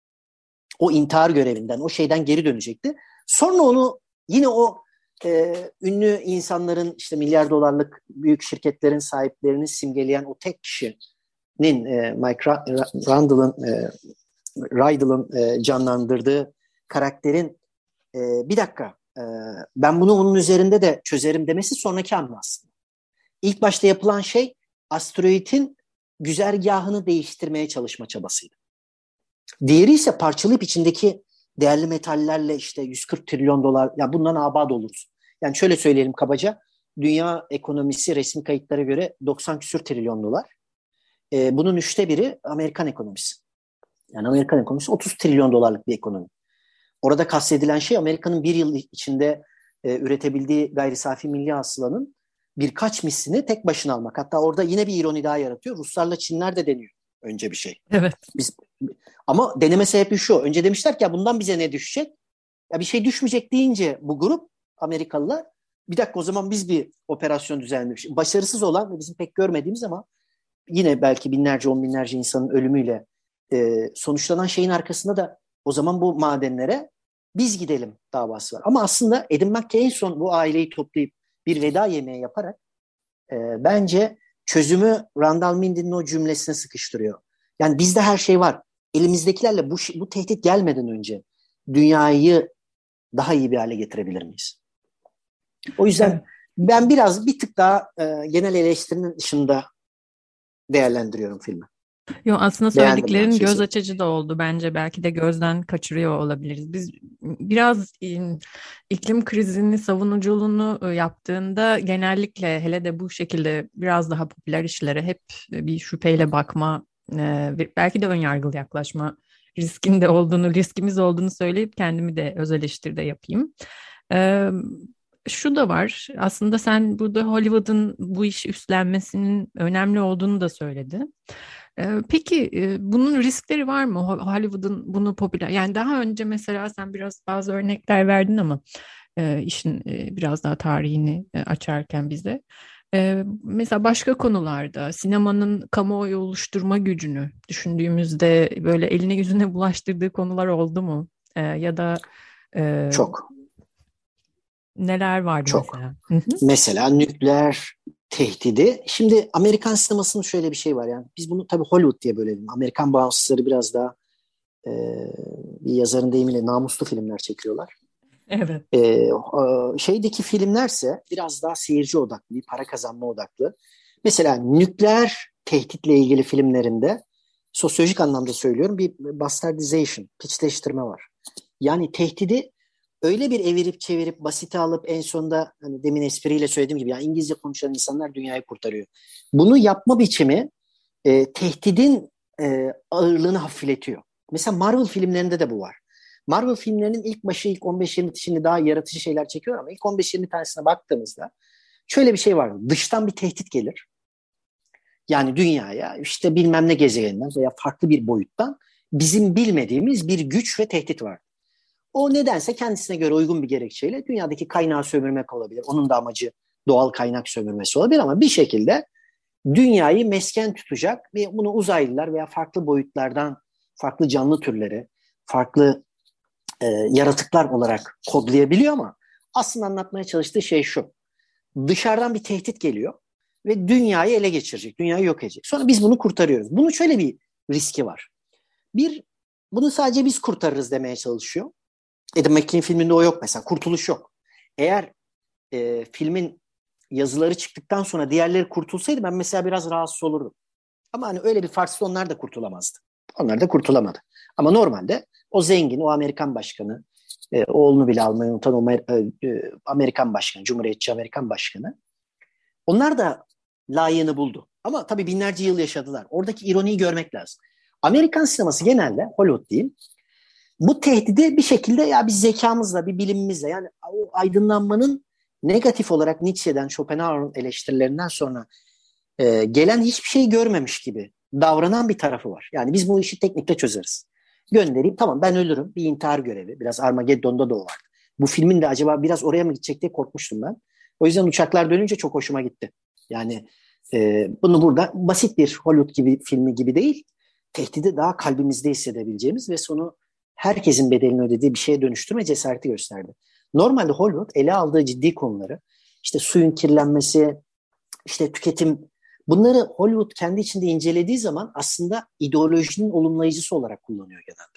O intihar görevinden, o şeyden geri dönecekti. Sonra onu yine o e, ünlü insanların, işte milyar dolarlık büyük şirketlerin sahiplerini simgeleyen o tek kişinin, e, Mike Randall'ın e, Rydell'ın e, canlandırdığı karakterin e, bir dakika e, ben bunu onun üzerinde de çözerim demesi sonraki hamle aslında. İlk başta yapılan şey asteroidin güzergahını değiştirmeye çalışma çabasıydı. Diğeri ise parçalayıp içindeki değerli metallerle işte yüz kırk trilyon dolar, ya bundan abad oluruz. Yani şöyle söyleyelim kabaca, dünya ekonomisi resmi kayıtlara göre doksan küsür trilyon dolar. Ee, bunun üçte biri Amerikan ekonomisi. Yani Amerikan ekonomisi otuz trilyon dolarlık bir ekonomi. Orada kastedilen şey Amerika'nın bir yıl içinde e, üretebildiği gayri safi milli hasılanın birkaç mislini tek başına almak. Hatta orada yine bir ironi daha yaratıyor. Ruslarla Çinler de deniyor önce bir şey.
Evet.
Biz, ama deneme sebebi şu. Önce demişler ki ya bundan bize ne düşecek? Ya bir şey düşmeyecek deyince bu grup Amerikalılar, bir dakika o zaman biz bir operasyon düzenlemiş. Başarısız olan ve bizim pek görmediğimiz ama yine belki binlerce on binlerce insanın ölümüyle e, sonuçlanan şeyin arkasında da o zaman bu madenlere biz gidelim davası var. Ama aslında Adam McKay en son bu aileyi toplayıp bir veda yemeği yaparak e, bence çözümü Randall Mindy'nin o cümlesine sıkıştırıyor. Yani bizde her şey var. Elimizdekilerle bu, bu tehdit gelmeden önce dünyayı daha iyi bir hale getirebilir miyiz? O yüzden evet, ben biraz bir tık daha e, genel eleştirinin dışında değerlendiriyorum filmi.
Yo, aslında söylediklerin göz açıcı da oldu bence. Belki de gözden kaçırıyor olabiliriz. Biz biraz iklim krizini savunuculuğunu yaptığında genellikle, hele de bu şekilde biraz daha popüler işlere hep bir şüpheyle bakma, belki de önyargılı yaklaşma riskinde olduğunu, riskimiz olduğunu söyleyip kendimi de öz eleştiride yapayım. Şu da var. Aslında sen burada Hollywood'un bu işi üstlenmesinin önemli olduğunu da söyledin. Peki bunun riskleri var mı? Hollywood'un bunu popüler... Yani daha önce mesela sen biraz bazı örnekler verdin ama işin biraz daha tarihini açarken bize. Mesela başka konularda sinemanın kamuoyu oluşturma gücünü düşündüğümüzde böyle eline yüzüne bulaştırdığı konular oldu mu? Ya da...
Çok.
Neler vardı
Çok.
mesela? Hı hı.
Mesela nükleer tehdidi. Şimdi Amerikan sinemasının şöyle bir şey var yani. Biz bunu tabii Hollywood diye bölelim. Amerikan bağımsızları biraz daha e, bir yazarın deyimiyle namuslu filmler çekiyorlar.
Evet.
E, şeydeki filmlerse biraz daha seyirci odaklı, para kazanma odaklı. Mesela nükleer tehditle ilgili filmlerinde sosyolojik anlamda söylüyorum bir bastardization, piçleştirme var. Yani tehdidi öyle bir evirip çevirip basite alıp en sonunda hani demin espriyle söylediğim gibi yani İngilizce konuşan insanlar dünyayı kurtarıyor. Bunu yapma biçimi e, tehdidin e, ağırlığını hafifletiyor. Mesela Marvel filmlerinde de bu var. Marvel filmlerinin ilk başı ilk on beş yirmi şimdi daha yaratıcı şeyler çekiyor ama ilk on beş yirmi tanesine baktığımızda şöyle bir şey var. Dıştan bir tehdit gelir. Yani dünyaya işte bilmem ne gezegeninden veya farklı bir boyuttan bizim bilmediğimiz bir güç ve tehdit var. O nedense kendisine göre uygun bir gerekçeyle dünyadaki kaynağı sömürmek olabilir. Onun da amacı doğal kaynak sömürmesi olabilir ama bir şekilde dünyayı mesken tutacak ve bunu uzaylılar veya farklı boyutlardan farklı canlı türleri, farklı e, yaratıklar olarak kodlayabiliyor ama aslında anlatmaya çalıştığı şey şu. Dışarıdan bir tehdit geliyor ve dünyayı ele geçirecek, dünyayı yok edecek. Sonra biz bunu kurtarıyoruz. Bunun şöyle bir riski var. Bir, bunu sadece biz kurtarırız demeye çalışıyor. Adam McKay'in filminde o yok mesela. Kurtuluş yok. Eğer e, filmin yazıları çıktıktan sonra diğerleri kurtulsaydı ben mesela biraz rahatsız olurdum. Ama hani öyle bir farksız onlar da kurtulamazdı. Onlar da kurtulamadı. Ama normalde o zengin, o Amerikan başkanı, e, oğlunu bile almayı unutan o e, Amerikan başkanı, Cumhuriyetçi Amerikan başkanı, onlar da layığını buldu. Ama tabii binlerce yıl yaşadılar. Oradaki ironiyi görmek lazım. Amerikan sineması genelde, Hollywood diyeyim, bu tehdidi bir şekilde ya biz zekamızla, bir bilimimizle yani o aydınlanmanın negatif olarak Nietzsche'den, Schopenhauer'ın eleştirilerinden sonra e, gelen hiçbir şey görmemiş gibi davranan bir tarafı var. Yani biz bu işi teknikle çözeriz. Göndereyim, tamam ben ölürüm, bir intihar görevi. Biraz Armageddon'da da o var. bu filmin de acaba biraz oraya mı gidecek diye korkmuştum ben. O yüzden uçaklar dönünce çok hoşuma gitti. Yani e, bunu burada basit bir Hollywood gibi filmi gibi değil, tehdidi daha kalbimizde hissedebileceğimiz ve sonu herkesin bedelini ödediği bir şeye dönüştürme cesareti gösterdi. Normalde Hollywood ele aldığı ciddi konuları, işte suyun kirlenmesi, işte tüketim, bunları Hollywood kendi içinde incelediği zaman aslında ideolojinin olumlayıcısı olarak kullanıyor genelde.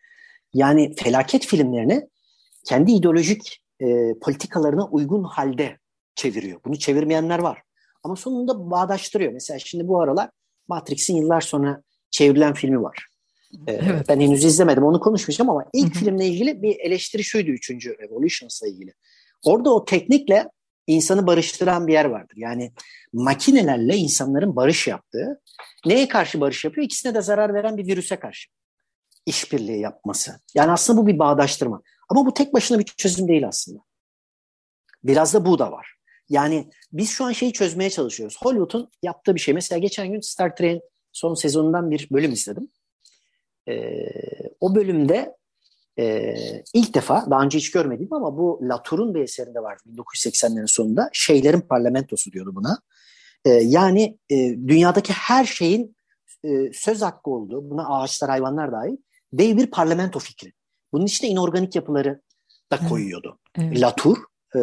Yani felaket filmlerini kendi ideolojik e, politikalarına uygun halde çeviriyor. Bunu çevirmeyenler var. Ama sonunda bağdaştırıyor. Mesela şimdi bu aralar Matrix'in yıllar sonra çevrilen filmi var. Ee, evet. Ben henüz izlemedim, onu konuşmayacağım ama ilk Hı-hı. filmle ilgili bir eleştiri şuydu, üçüncü Revolutions'la ilgili. Orada o teknikle insanı barıştıran bir yer vardır. Yani makinelerle insanların barış yaptığı, neye karşı barış yapıyor? İkisine de zarar veren bir virüse karşı işbirliği yapması. Yani aslında bu bir bağdaştırma. Ama bu tek başına bir çözüm değil aslında. Biraz da bu da var. Yani biz şu an şeyi çözmeye çalışıyoruz. Hollywood'un yaptığı bir şey. Mesela geçen gün Star Trek'in son sezonundan bir bölüm izledim. Ee, o bölümde e, ilk defa, daha önce hiç görmedim ama bu Latour'un bir eserinde vardı bin dokuz yüz seksenlerin sonunda. Şeylerin parlamentosu diyordu buna. Ee, yani e, dünyadaki her şeyin e, söz hakkı olduğu, buna ağaçlar, hayvanlar dahil, dev bir parlamento fikri. Bunun içine inorganik yapıları da koyuyordu. Evet. Latour. E,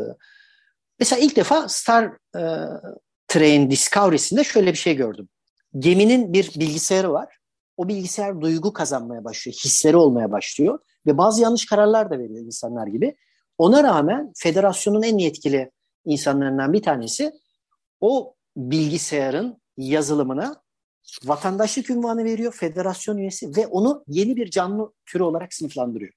mesela ilk defa Star e, Trek'in Discovery'sinde şöyle bir şey gördüm. Geminin bir bilgisayarı var. O bilgisayar duygu kazanmaya başlıyor, hisleri olmaya başlıyor ve bazı yanlış kararlar da veriyor insanlar gibi. Ona rağmen federasyonun en yetkili insanlarından bir tanesi o bilgisayarın yazılımına vatandaşlık unvanı veriyor, federasyon üyesi ve onu yeni bir canlı türü olarak sınıflandırıyor.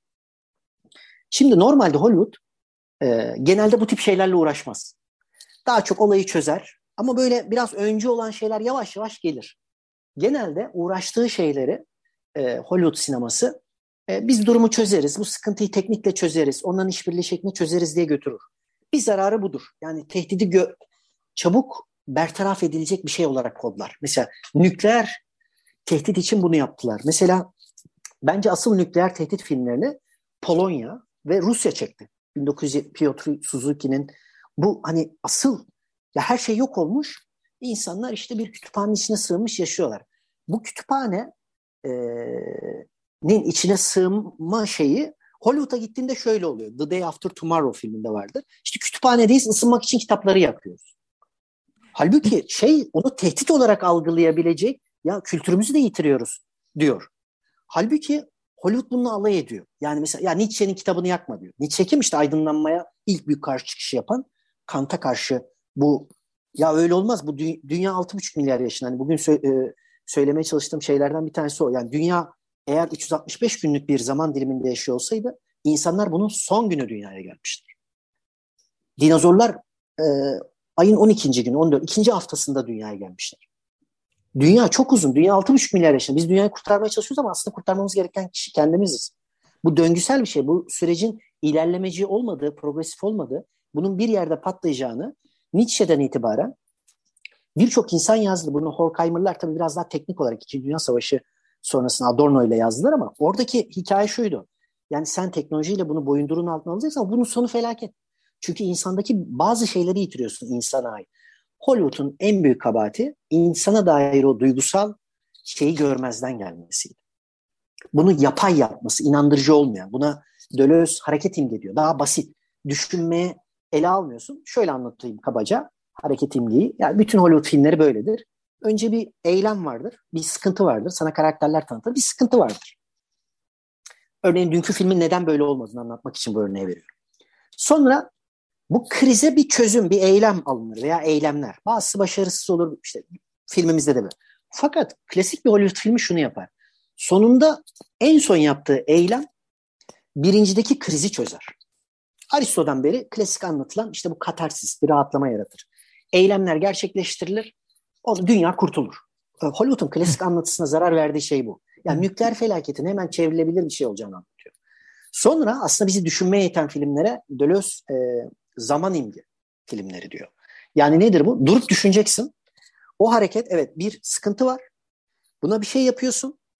Şimdi normalde Hollywood e, genelde bu tip şeylerle uğraşmaz. Daha çok olayı çözer ama böyle biraz öncü olan şeyler yavaş yavaş gelir. Genelde uğraştığı şeyleri e, Hollywood sineması e, biz durumu çözeriz, bu sıkıntıyı teknikle çözeriz, onların işbirliği şeklinde çözeriz diye götürür. Bir zararı budur. Yani tehdidi gö- çabuk bertaraf edilecek bir şey olarak kodlar. Mesela nükleer tehdit için bunu yaptılar. Mesela bence asıl nükleer tehdit filmlerini Polonya ve Rusya çekti. bin dokuz yüz Piotr Suzuki'nin bu hani asıl, ya her şey yok olmuş. İnsanlar işte bir kütüphanenin içine sığınmış yaşıyorlar. Bu kütüphanenin e, içine sığınma şeyi Hollywood'a gittiğinde şöyle oluyor. The Day After Tomorrow filminde vardır. İşte kütüphanedeyiz, ısınmak için kitapları yakıyoruz. Halbuki şey, onu tehdit olarak algılayabilecek, ya kültürümüzü de yitiriyoruz diyor. Halbuki Hollywood bununla alay ediyor. Yani mesela ya Nietzsche'nin kitabını yakma diyor. Nietzsche kim? İşte aydınlanmaya ilk büyük karşı çıkışı yapan, Kant'a karşı bu, ya öyle olmaz, bu dü- dünya altı buçuk milyar yaşında. Hani bugün sö- e, söylemeye çalıştığım şeylerden bir tanesi o. Yani dünya eğer üç yüz altmış beş günlük bir zaman diliminde yaşıyor olsaydı insanlar bunun son günü dünyaya gelmiştir. Dinozorlar e, ayın on ikinci günü, on dört ikinci haftasında dünyaya gelmişler. Dünya çok uzun. Dünya altı buçuk milyar yaşında. Biz dünyayı kurtarmaya çalışıyoruz ama aslında kurtarmamız gereken kişi kendimiziz. Bu döngüsel bir şey. Bu sürecin ilerlemeci olmadığı, progresif olmadığı, bunun bir yerde patlayacağını Nietzsche'den itibaren birçok insan yazdı. Bunu Horkheimer'lar tabii biraz daha teknik olarak İkinci Dünya Savaşı sonrasında Adorno ile yazdılar ama oradaki hikaye şuydu. Yani sen teknolojiyle bunu boyundurun altına alacaksın ama bunun sonu felaket. Çünkü insandaki bazı şeyleri yitiriyorsun, insana ait. Hollywood'un en büyük kabahati insana dair o duygusal şeyi görmezden gelmesiydi. Bunu yapay yapması, inandırıcı olmayan. Buna Deleuze hareket imge diyor. Daha basit. Düşünmeye ele almıyorsun. Şöyle anlatayım kabaca hareket imgeyi. Yani bütün Hollywood filmleri böyledir. Önce bir eylem vardır, bir sıkıntı vardır. Sana karakterler tanıtır, bir sıkıntı vardır. Örneğin dünkü filmin neden böyle olmadığını anlatmak için bu örneği veriyorum. Sonra bu krize bir çözüm, bir eylem alınır veya eylemler. Bazısı başarısız olur, işte filmimizde de böyle. Fakat klasik bir Hollywood filmi şunu yapar. Sonunda en son yaptığı eylem birincideki krizi çözer. Aristo'dan beri klasik anlatılan işte bu katarsis, bir rahatlama yaratır. Eylemler gerçekleştirilir, o dünya kurtulur. Hollywood'un klasik anlatısına zarar verdiği şey bu. Yani nükleer felaketin hemen çevrilebilir bir şey olacağını anlatıyor. Sonra aslında bizi düşünmeye iten filmlere Deleuze e, zaman imge filmleri diyor. Yani nedir bu? Durup düşüneceksin. O hareket, evet, bir sıkıntı var. Buna bir şey yapıyorsun.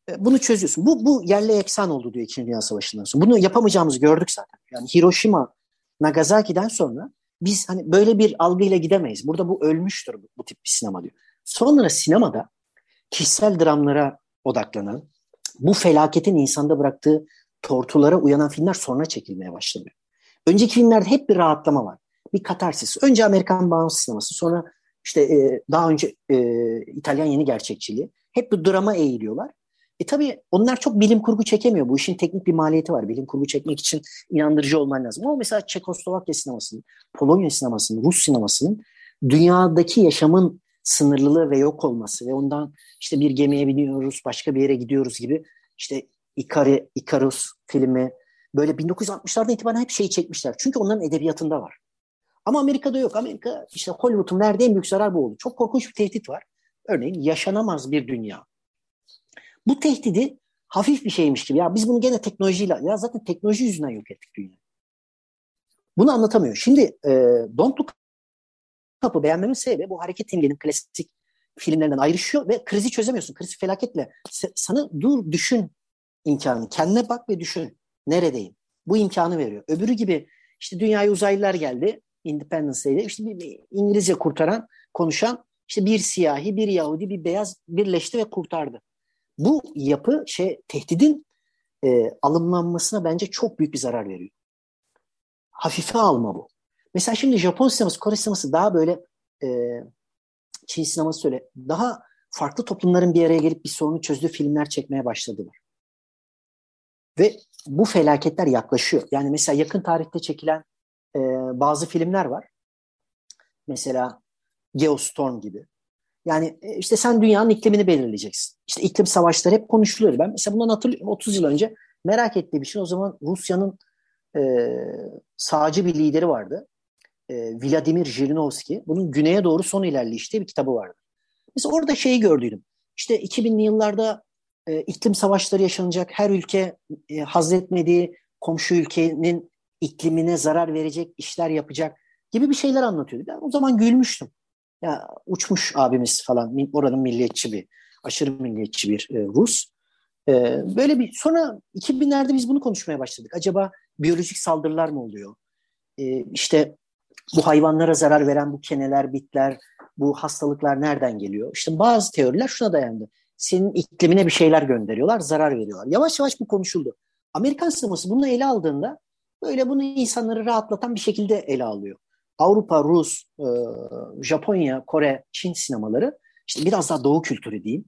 E, bunu çözüyorsun. Bu, bu yerle eksan oldu diyor İkinci Dünya Savaşı'ndan sonra. Bunu yapamayacağımızı gördük zaten. Yani Hiroşima, Nagasaki'den sonra biz hani böyle bir algıyla gidemeyiz. Burada bu ölmüştür bu, bu tip bir sinema diyor. Sonra sinemada kişisel dramlara odaklanan, bu felaketin insanda bıraktığı tortulara uyanan filmler sonra çekilmeye başladı. Önceki filmlerde hep bir rahatlama var. Bir katarsis. Önce Amerikan bağımsız sineması, sonra işte e, daha önce e, İtalyan yeni gerçekçiliği. Hep bir drama eğiliyorlar. E tabii onlar çok bilim kurgu çekemiyor. Bu işin teknik bir maliyeti var. Bilim kurgu çekmek için inandırıcı olman lazım. Ama mesela Çekoslovakya sinemasının, Polonya sinemasının, Rus sinemasının dünyadaki yaşamın sınırlılığı ve yok olması ve ondan işte bir gemiye biniyoruz, başka bir yere gidiyoruz gibi işte Ikari, Ikarus filmi böyle bin dokuz yüz altmışlardan itibaren hep şeyi çekmişler. Çünkü onların edebiyatında var. Ama Amerika'da yok. Amerika işte Hollywood'un verdiği en büyük zarar bu oldu. Çok korkunç bir tehdit var. Örneğin yaşanamaz bir dünya. Bu tehdidi hafif bir şeymiş gibi. Ya biz bunu gene teknolojiyle, ya zaten teknoloji yüzünden yok ettik dünyayı. Bunu anlatamıyor. Şimdi e, Don't Look Up'ı beğenmemin sebebi bu hareket filmlerinin klasik filmlerinden ayrışıyor ve krizi çözemiyorsun. Kriz felaketle. Sana dur düşün imkanı. Kendine bak ve düşün. Neredeyim? Bu imkanı veriyor. Öbürü gibi işte dünyaya uzaylılar geldi. Independence Day'de işte bir, bir İngilizce kurtaran, konuşan işte bir siyahi, bir Yahudi, bir beyaz birleşti ve kurtardı. Bu yapı şey tehdidin e, alımlanmasına bence çok büyük bir zarar veriyor. Hafife alma bu. Mesela şimdi Japon sineması, Kore sineması daha böyle e, Çin sineması öyle daha farklı toplumların bir araya gelip bir sorunu çözdüğü filmler çekmeye başladılar. Ve bu felaketler yaklaşıyor. Yani mesela yakın tarihte çekilen e, bazı filmler var. Mesela Geostorm gibi. Yani e, işte sen dünyanın iklimini belirleyeceksin. İşte iklim savaşları hep konuşuluyor. Ben mesela bundan hatırlıyorum otuz yıl önce merak ettiğim için o zaman Rusya'nın e, sağcı bir lideri vardı. E, Vladimir Jirinovski. Bunun güneye doğru son ilerleyiş diye bir kitabı vardı. Mesela orada şeyi gördüydüm. İşte iki binli yıllarda e, iklim savaşları yaşanacak. Her ülke e, haz etmediği komşu ülkenin iklimine zarar verecek işler yapacak gibi bir şeyler anlatıyordu. Ben o zaman gülmüştüm. Ya uçmuş abimiz falan, oranın milliyetçi bir, aşırı milliyetçi bir e, Rus. E, böyle bir sonra iki binlerde biz bunu konuşmaya başladık. Acaba biyolojik saldırılar mı oluyor? E, işte bu hayvanlara zarar veren bu keneler, bitler, bu hastalıklar nereden geliyor? İşte bazı teoriler şuna dayandı. Senin iklimine bir şeyler gönderiyorlar, zarar veriyorlar. Yavaş yavaş bu konuşuldu. Amerikan sineması bunu ele aldığında böyle bunu insanları rahatlatan bir şekilde ele alıyor. Avrupa, Rus, e, Japonya, Kore, Çin sinemaları işte biraz daha doğu kültürü diyeyim.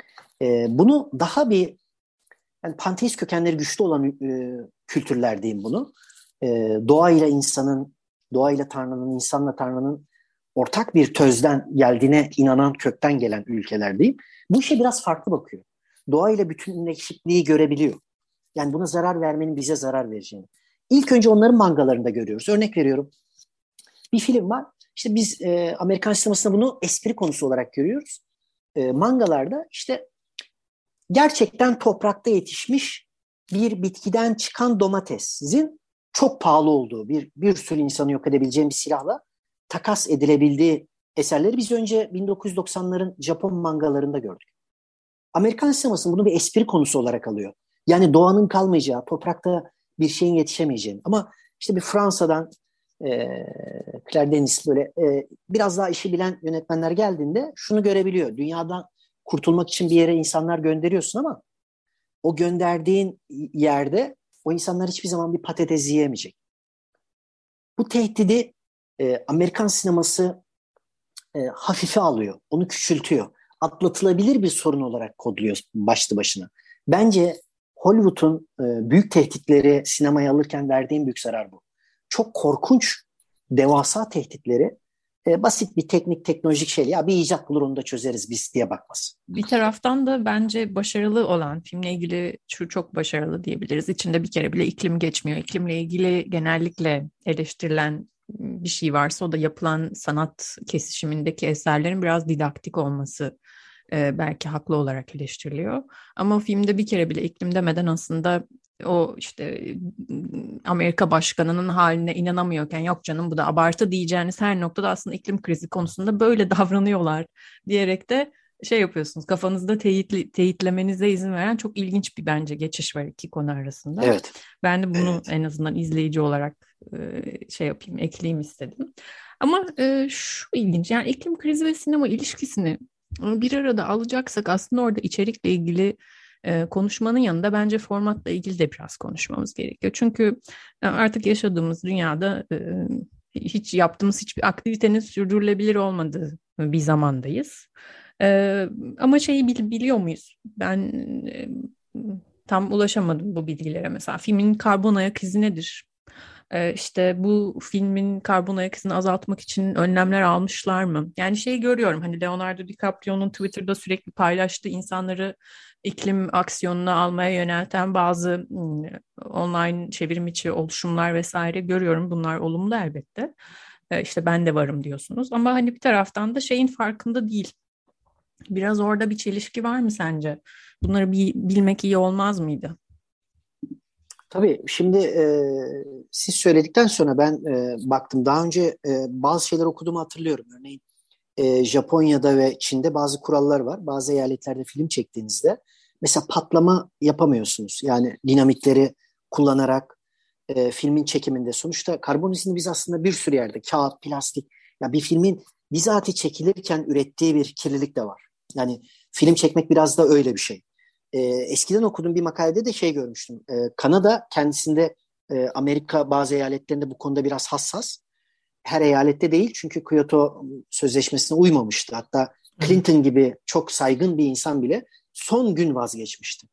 E, bunu daha bir yani panteist kökenleri güçlü olan e, kültürler diyeyim bunu. E, doğayla insanın, doğayla Tanrı'nın, insanla Tanrı'nın ortak bir tözden geldiğine inanan kökten gelen ülkeler diyeyim. Bu işe biraz farklı bakıyor. Doğayla bütünleşikliği görebiliyor. Yani buna zarar vermenin bize zarar vereceğini. İlk önce onların mangalarında görüyoruz. Örnek veriyorum. Bir film var. İşte biz e, Amerikan sinemasında bunu espri konusu olarak görüyoruz. E, mangalarda işte gerçekten toprakta yetişmiş bir bitkiden çıkan domatesin çok pahalı olduğu, bir bir sürü insanı yok edebileceğim bir silahla takas edilebildiği eserleri biz önce bin dokuz yüz doksanların Japon mangalarında gördük. Amerikan sineması bunu bir espri konusu olarak alıyor. Yani doğanın kalmayacağı, toprakta bir şeyin yetişemeyeceğini. Ama işte bir Fransa'dan e, Claire Denis böyle e, biraz daha işi bilen yönetmenler geldiğinde şunu görebiliyor. Dünyadan kurtulmak için bir yere insanlar gönderiyorsun ama o gönderdiğin yerde o insanlar hiçbir zaman bir patates yiyemeyecek. Bu tehdidi e, Amerikan sineması e, hafife alıyor, onu küçültüyor. Atlatılabilir bir sorun olarak kodluyor başlı başına. Bence Hollywood'un e, büyük tehditleri sinemaya alırken verdiğim büyük zarar bu. Çok korkunç, devasa tehditleri e, basit bir teknik, teknolojik şey. Ya bir icat bulur onu da çözeriz biz diye bakmaz.
Bir taraftan da bence başarılı olan filmle ilgili şu çok başarılı diyebiliriz. İçinde bir kere bile iklim geçmiyor. İklimle ilgili genellikle eleştirilen bir şey varsa o da yapılan sanat kesişimindeki eserlerin biraz didaktik olması e, belki haklı olarak eleştiriliyor. Ama filmde bir kere bile iklim demeden aslında o işte Amerika başkanının haline inanamıyorken yok canım bu da abartı diyeceğiniz her noktada aslında iklim krizi konusunda böyle davranıyorlar diyerek de şey yapıyorsunuz, kafanızda teyitli, teyitlemenize izin veren çok ilginç bir bence geçiş var iki konu arasında.
Evet.
Ben de bunu
Evet.
en azından izleyici olarak e, şey yapayım, ekleyeyim istedim. Ama e, şu ilginç, yani iklim krizi ve sinema ilişkisini bir arada alacaksak aslında orada içerikle ilgili e, konuşmanın yanında bence formatla ilgili de biraz konuşmamız gerekiyor. Çünkü artık yaşadığımız dünyada e, hiç yaptığımız hiçbir aktivitenin sürdürülebilir olmadığı bir zamandayız. E, ama şeyi bil, biliyor muyuz? Ben e, tam ulaşamadım bu bilgilere. Mesela filmin karbon ayak izi nedir? Ee, işte bu filmin karbon ayak izini azaltmak için önlemler almışlar mı? Yani şey görüyorum, hani Leonardo DiCaprio'nun Twitter'da sürekli paylaştığı insanları iklim aksiyonuna almaya yönelten bazı hmm, online çevrim içi oluşumlar vesaire görüyorum. Bunlar olumlu elbette. Ee, işte ben de varım diyorsunuz ama hani bir taraftan da şeyin farkında değil. Biraz orada bir çelişki var mı sence? Bunları bir bilmek iyi olmaz mıydı?
Tabii şimdi e, siz söyledikten sonra ben e, baktım. Daha önce e, bazı şeyler okuduğumu hatırlıyorum. Örneğin e, Japonya'da ve Çin'de bazı kurallar var. Bazı eyaletlerde film çektiğinizde mesela patlama yapamıyorsunuz. Yani dinamitleri kullanarak e, filmin çekiminde. Sonuçta karbon izini biz aslında bir sürü yerde kağıt, plastik, ya bir filmin bizatihi çekilirken ürettiği bir kirlilik de var. Yani film çekmek biraz da öyle bir şey. E, eskiden okuduğum bir makalede de şey görmüştüm. E, Kanada kendisinde e, Amerika bazı eyaletlerinde bu konuda biraz hassas. Her eyalette değil çünkü Kyoto Sözleşmesi'ne uymamıştı. Hatta Clinton gibi çok saygın bir insan bile son gün vazgeçmişti.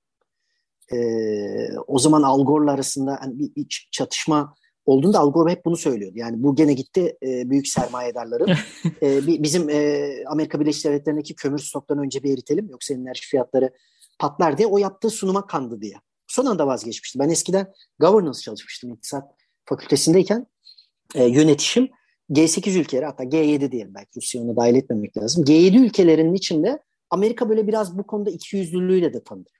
Ee, o zaman Al Gore'la arasında hani bir, bir çatışma olduğunda Al Gore hep bunu söylüyordu. Yani bu gene gitti e, büyük sermayedarların. E, bizim e, Amerika Birleşik Devletleri'ndeki kömür stoklarını önce bir eritelim yoksa enerji fiyatları patlar diye o yaptığı sunuma kandı diye. Son anda vazgeçmişti. Ben eskiden governance çalışmıştım iktisat fakültesindeyken. E, yönetişim G sekiz ülkeleri, hatta G yedi diyelim, belki Rusya'yı ona dahil etmemek lazım. G yedi ülkelerinin içinde Amerika böyle biraz bu konuda ikiyüzlülüğüyle de tanınır.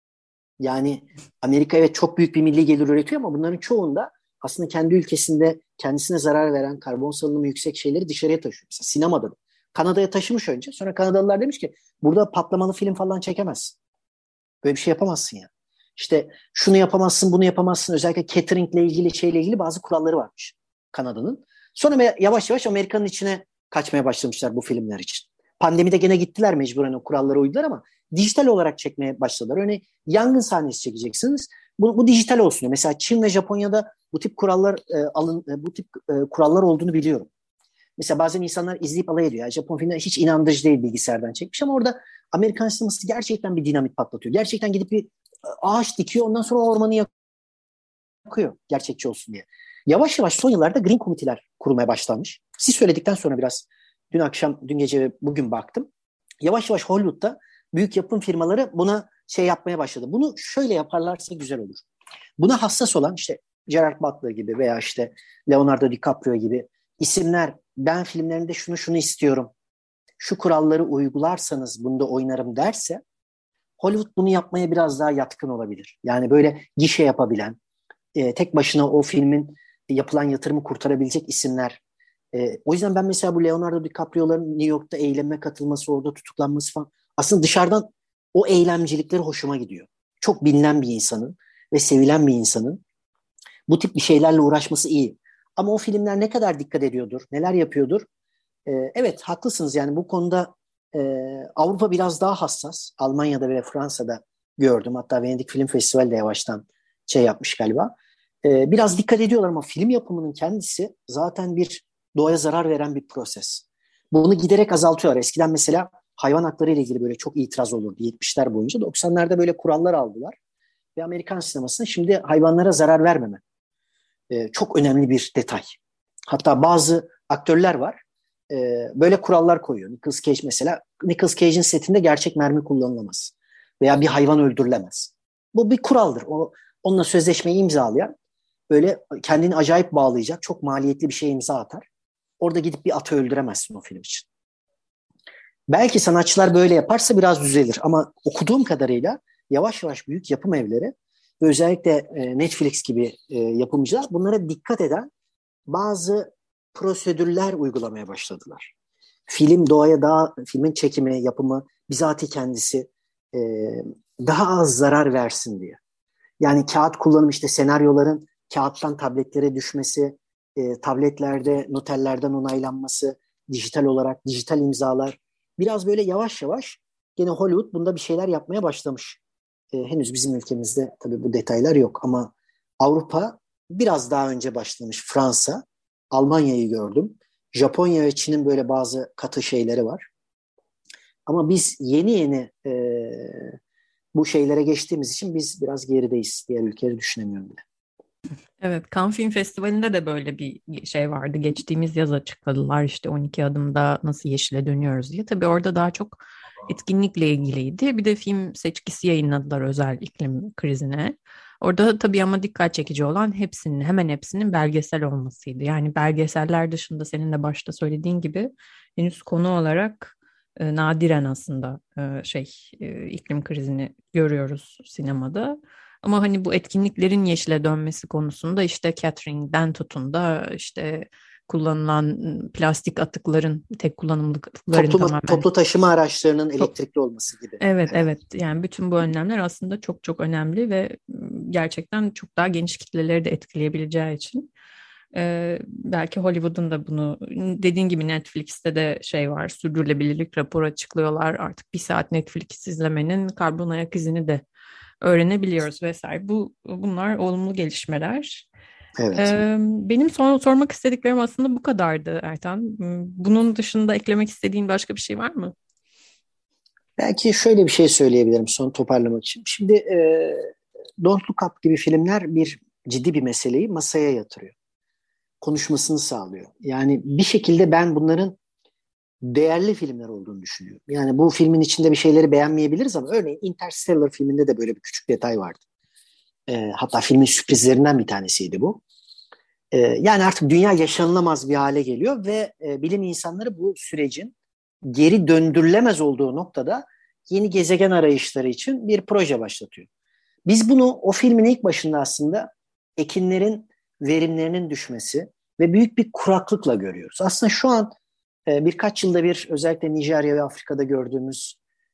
Yani Amerika evet çok büyük bir milli gelir üretiyor ama bunların çoğunda aslında kendi ülkesinde kendisine zarar veren, karbon salınımı yüksek şeyleri dışarıya taşıyor. Mesela sinemada da. Kanada'ya taşımış önce. Sonra Kanadalılar demiş ki burada patlamalı film falan çekemezsin. Böyle bir şey yapamazsın ya. İşte şunu yapamazsın, bunu yapamazsın. Özellikle cateringle ilgili şeyle ilgili bazı kuralları varmış Kanada'nın. Sonra yavaş yavaş Amerika'nın içine kaçmaya başlamışlar bu filmler için. Pandemide gene gittiler mecburen, o kurallara uydular ama dijital olarak çekmeye başladılar. Örneğin yangın sahnesi çekeceksiniz. Bu, bu dijital olsun diyor. Mesela Çin ve Japonya'da bu tip kurallar e, alın e, bu tip e, kurallar olduğunu biliyorum. Mesela bazen insanlar izleyip alay ediyor. Yani Japon filmleri hiç inandırıcı değil, bilgisayardan çekmiş ama orada Amerikan sineması gerçekten bir dinamit patlatıyor. Gerçekten gidip bir ağaç dikiyor, ondan sonra ormanı yakıyor gerçekçi olsun diye. Yavaş yavaş son yıllarda green komiteler kurulmaya başlanmış. Siz söyledikten sonra biraz dün akşam, dün gece ve bugün baktım. Yavaş yavaş Hollywood'da büyük yapım firmaları buna şey yapmaya başladı. Bunu şöyle yaparlarsa güzel olur. Buna hassas olan işte Gerard Butler gibi veya işte Leonardo DiCaprio gibi isimler, ben filmlerinde şunu şunu istiyorum, şu kuralları uygularsanız bunda oynarım derse Hollywood bunu yapmaya biraz daha yatkın olabilir. Yani böyle gişe yapabilen, e, tek başına o filmin yapılan yatırımı kurtarabilecek isimler. E, o yüzden ben mesela bu Leonardo DiCaprio'ların New York'ta eyleme katılması, orada tutuklanması falan, aslında dışarıdan o eylemcilikleri hoşuma gidiyor. Çok bilinen bir insanın ve sevilen bir insanın bu tip bir şeylerle uğraşması iyi. Ama o filmler ne kadar dikkat ediyordur, neler yapıyordur? E, evet haklısınız, yani bu konuda e, Avrupa biraz daha hassas. Almanya'da ve Fransa'da gördüm. Hatta Venedik Film Festivali de yavaştan şey yapmış galiba. E, biraz dikkat ediyorlar ama film yapımının kendisi zaten bir doğaya zarar veren bir proses. Bunu giderek azaltıyorlar. Eskiden mesela hayvan hakları ile ilgili böyle çok itiraz olurdu yetmişler boyunca. doksanlarda böyle kurallar aldılar. Ve Amerikan sinemasında şimdi hayvanlara zarar vermeme. Ee, çok önemli bir detay. Hatta bazı aktörler var. E, böyle kurallar koyuyor. Nicolas Cage mesela. Nicolas Cage'in setinde gerçek mermi kullanılamaz. Veya bir hayvan öldürülemez. Bu bir kuraldır. O, onunla sözleşmeyi imzalayan böyle kendini acayip bağlayacak, çok maliyetli bir şeye imza atar. Orada gidip bir atı öldüremezsin o film için. Belki sanatçılar böyle yaparsa biraz düzelir ama okuduğum kadarıyla yavaş yavaş büyük yapım evleri ve özellikle e, Netflix gibi e, yapımcılar bunlara dikkat eden bazı prosedürler uygulamaya başladılar. Film doğaya daha, filmin çekimi, yapımı bizatihi kendisi e, daha az zarar versin diye. Yani kağıt kullanım, işte senaryoların kağıttan tabletlere düşmesi, e, tabletlerde noterlerden onaylanması, dijital olarak dijital imzalar. Biraz böyle yavaş yavaş gene Hollywood bunda bir şeyler yapmaya başlamış. E, henüz bizim ülkemizde tabii bu detaylar yok ama Avrupa biraz daha önce başlamış. Fransa, Almanya'yı gördüm. Japonya ve Çin'in böyle bazı katı şeyleri var. Ama biz yeni yeni e, bu şeylere geçtiğimiz için biz biraz gerideyiz. Diğer ülkeleri düşünemiyorum bile.
Evet, Cannes Film Festivali'nde de böyle bir şey vardı. Geçtiğimiz yaz açıkladılar işte on iki adımda nasıl yeşile dönüyoruz diye. Tabii orada daha çok etkinlikle ilgiliydi. Bir de film seçkisi yayınladılar özel iklim krizine. Orada tabii ama dikkat çekici olan hepsinin, hemen hepsinin belgesel olmasıydı. Yani belgeseller dışında senin de başta söylediğin gibi henüz konu olarak e, nadiren aslında e, şey e, iklim krizini görüyoruz sinemada. Ama hani bu etkinliklerin yeşile dönmesi konusunda işte catering'den tutun da işte kullanılan plastik atıkların, tek kullanımlık atıkların
Topluma,
tamamen.
toplu taşıma araçlarının
Çok,
elektrikli olması gibi.
evet evet, yani bütün bu önlemler aslında çok çok önemli ve gerçekten çok daha geniş kitleleri de etkileyebileceği için e, belki Hollywood'un da bunu, dediğin gibi Netflix'te de şey var, sürdürülebilirlik raporu açıklıyorlar, artık bir saat Netflix izlemenin karbon ayak izini de öğrenebiliyoruz vesaire. Bu bunlar olumlu gelişmeler.
Evet.
Ee, benim son, sormak istediklerim aslında bu kadardı Ertan. Bunun dışında eklemek istediğin başka bir şey var mı?
Belki şöyle bir şey söyleyebilirim son toparlamak için. Şimdi e, Don't Look Up gibi filmler bir ciddi bir meseleyi masaya yatırıyor. Konuşmasını sağlıyor. Yani bir şekilde ben bunların değerli filmler olduğunu düşünüyorum. Yani bu filmin içinde bir şeyleri beğenmeyebiliriz ama örneğin Interstellar filminde de böyle bir küçük detay vardı. E, hatta filmin sürprizlerinden bir tanesiydi bu. E, yani artık dünya yaşanılamaz bir hale geliyor ve e, bilim insanları bu sürecin geri döndürülemez olduğu noktada yeni gezegen arayışları için bir proje başlatıyor. Biz bunu o filmin ilk başında aslında ekinlerin verimlerinin düşmesi ve büyük bir kuraklıkla görüyoruz. Aslında şu an e, birkaç yılda bir özellikle Nijerya ve Afrika'da gördüğümüz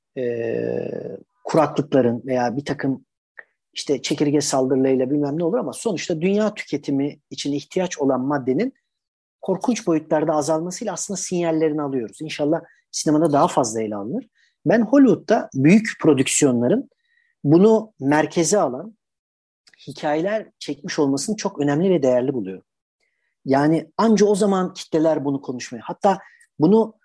e, kuraklıkların veya bir takım işte çekirge saldırılarıyla bilmem ne olur ama sonuçta dünya tüketimi için ihtiyaç olan maddenin korkunç boyutlarda azalmasıyla aslında sinyallerini alıyoruz. İnşallah sinemada daha fazla ele alınır. Ben Hollywood'da büyük prodüksiyonların bunu merkeze alan hikayeler çekmiş olmasını çok önemli ve değerli buluyorum. Yani anca o zaman kitleler bunu konuşmaya, hatta bunu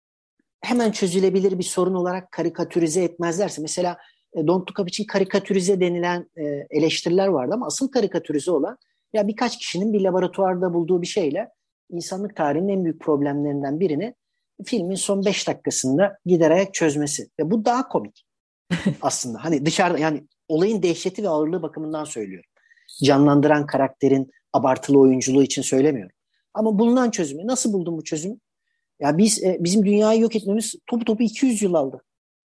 hemen çözülebilir bir sorun olarak karikatürize etmezlerse, mesela Don't Look Up için karikatürize denilen eleştiriler vardı ama asıl karikatürize olan ya birkaç kişinin bir laboratuvarda bulduğu bir şeyle insanlık tarihinin en büyük problemlerinden birini filmin son beş dakikasında giderek çözmesi. Ve bu daha komik aslında. Hani dışarıda, yani olayın dehşeti ve ağırlığı bakımından söylüyorum. Canlandıran karakterin abartılı oyunculuğu için söylemiyorum. Ama bulunan çözümü. Nasıl buldun bu çözümü? Ya biz e, bizim dünyayı yok etmemiz topu topu iki yüz yıl aldı.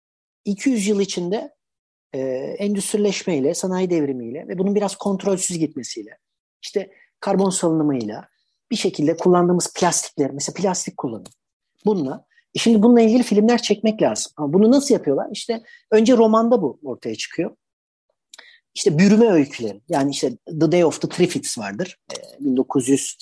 iki yüz yıl içinde e, endüstrileşmeyle, sanayi devrimiyle ve bunun biraz kontrolsüz gitmesiyle, işte karbon salınımıyla, bir şekilde kullandığımız plastikler, mesela plastik kullanımı. Bununla, e şimdi bununla ilgili filmler çekmek lazım. Ama bunu nasıl yapıyorlar? İşte önce romanda bu ortaya çıkıyor. İşte bürüme öyküleri. Yani işte The Day of the Triffids vardır. E, bin dokuz yüz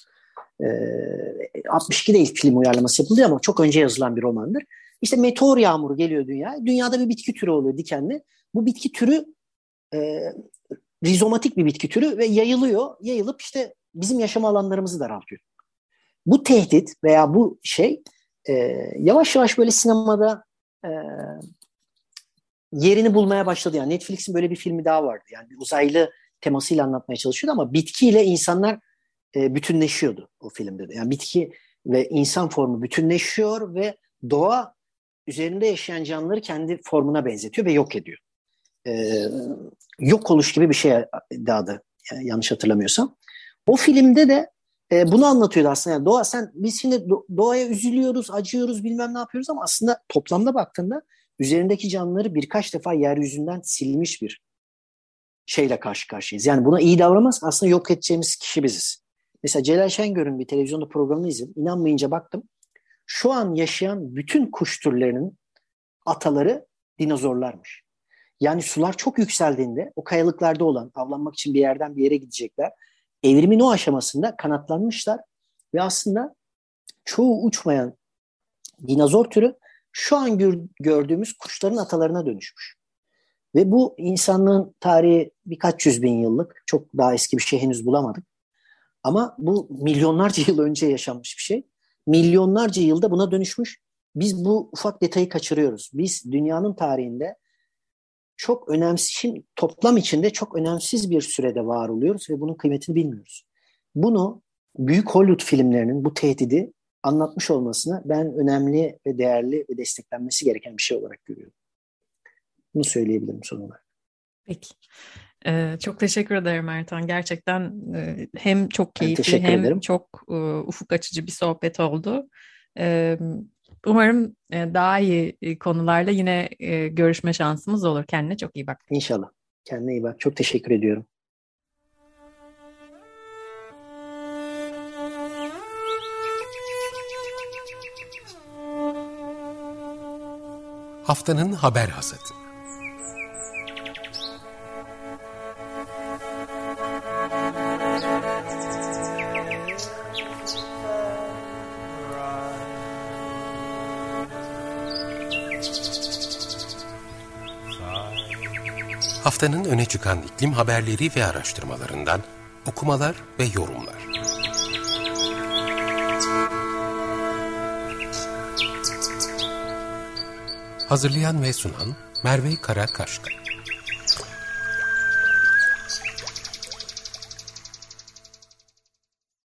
altmış ikide ilk film uyarlaması yapıldı ama çok önce yazılan bir romandır. İşte meteor yağmuru geliyor dünyaya. Dünyada bir bitki türü oluyor, dikenli. Bu bitki türü e, rizomatik bir bitki türü ve yayılıyor. Yayılıp işte bizim yaşam alanlarımızı daraltıyor. Bu tehdit veya bu şey e, yavaş yavaş böyle sinemada e, yerini bulmaya başladı. Yani Netflix'in böyle bir filmi daha vardı. Yani bir uzaylı temasıyla anlatmaya çalışıyordu ama bitkiyle insanlar e, bütünleşiyordu o filmde de. Yani bitki ve insan formu bütünleşiyor ve doğa üzerinde yaşayan canlıları kendi formuna benzetiyor ve yok ediyor. E, yok oluş gibi bir şey adı, yani yanlış hatırlamıyorsam. O filmde de e, bunu anlatıyordu aslında. Yani doğa, sen biz şimdi do- doğaya üzülüyoruz, acıyoruz, bilmem ne yapıyoruz ama aslında toplamda baktığında üzerindeki canlıları birkaç defa yeryüzünden silmiş bir şeyle karşı karşıyayız. Yani buna iyi davranmaz, aslında yok edeceğimiz kişi biziz. Mesela Celal Şengör'ün bir televizyonda programını izledim. İnanmayınca baktım. Şu an yaşayan bütün kuş türlerinin ataları dinozorlarmış. Yani sular çok yükseldiğinde o kayalıklarda olan, avlanmak için bir yerden bir yere gidecekler. Evrimin o aşamasında kanatlanmışlar ve aslında çoğu uçmayan dinozor türü şu an gör, gördüğümüz kuşların atalarına dönüşmüş. Ve bu insanlığın tarihi birkaç yüz bin yıllık, çok daha eski bir şey henüz bulamadık. Ama bu milyonlarca yıl önce yaşanmış bir şey. Milyonlarca yılda buna dönüşmüş. Biz bu ufak detayı kaçırıyoruz. Biz dünyanın tarihinde çok önemsiz, şimdi toplam içinde çok önemsiz bir sürede var oluyoruz ve bunun kıymetini bilmiyoruz. Bunu büyük Hollywood filmlerinin bu tehdidi anlatmış olmasını ben önemli ve değerli ve desteklenmesi gereken bir şey olarak görüyorum. Bunu söyleyebilirim son olarak.
Peki. Ee, çok teşekkür ederim Ertan. Gerçekten e, hem çok keyifli hem
ederim.
çok e, ufuk açıcı bir sohbet oldu. E, umarım e, daha iyi konularla yine e, görüşme şansımız olur. Kendine çok iyi bak.
İnşallah. Kendine iyi bak. Çok teşekkür ediyorum.
Haftanın haber hasadı. Haftanın öne çıkan iklim haberleri ve araştırmalarından okumalar ve yorumlar. Hazırlayan ve sunan Merve Karakaşka.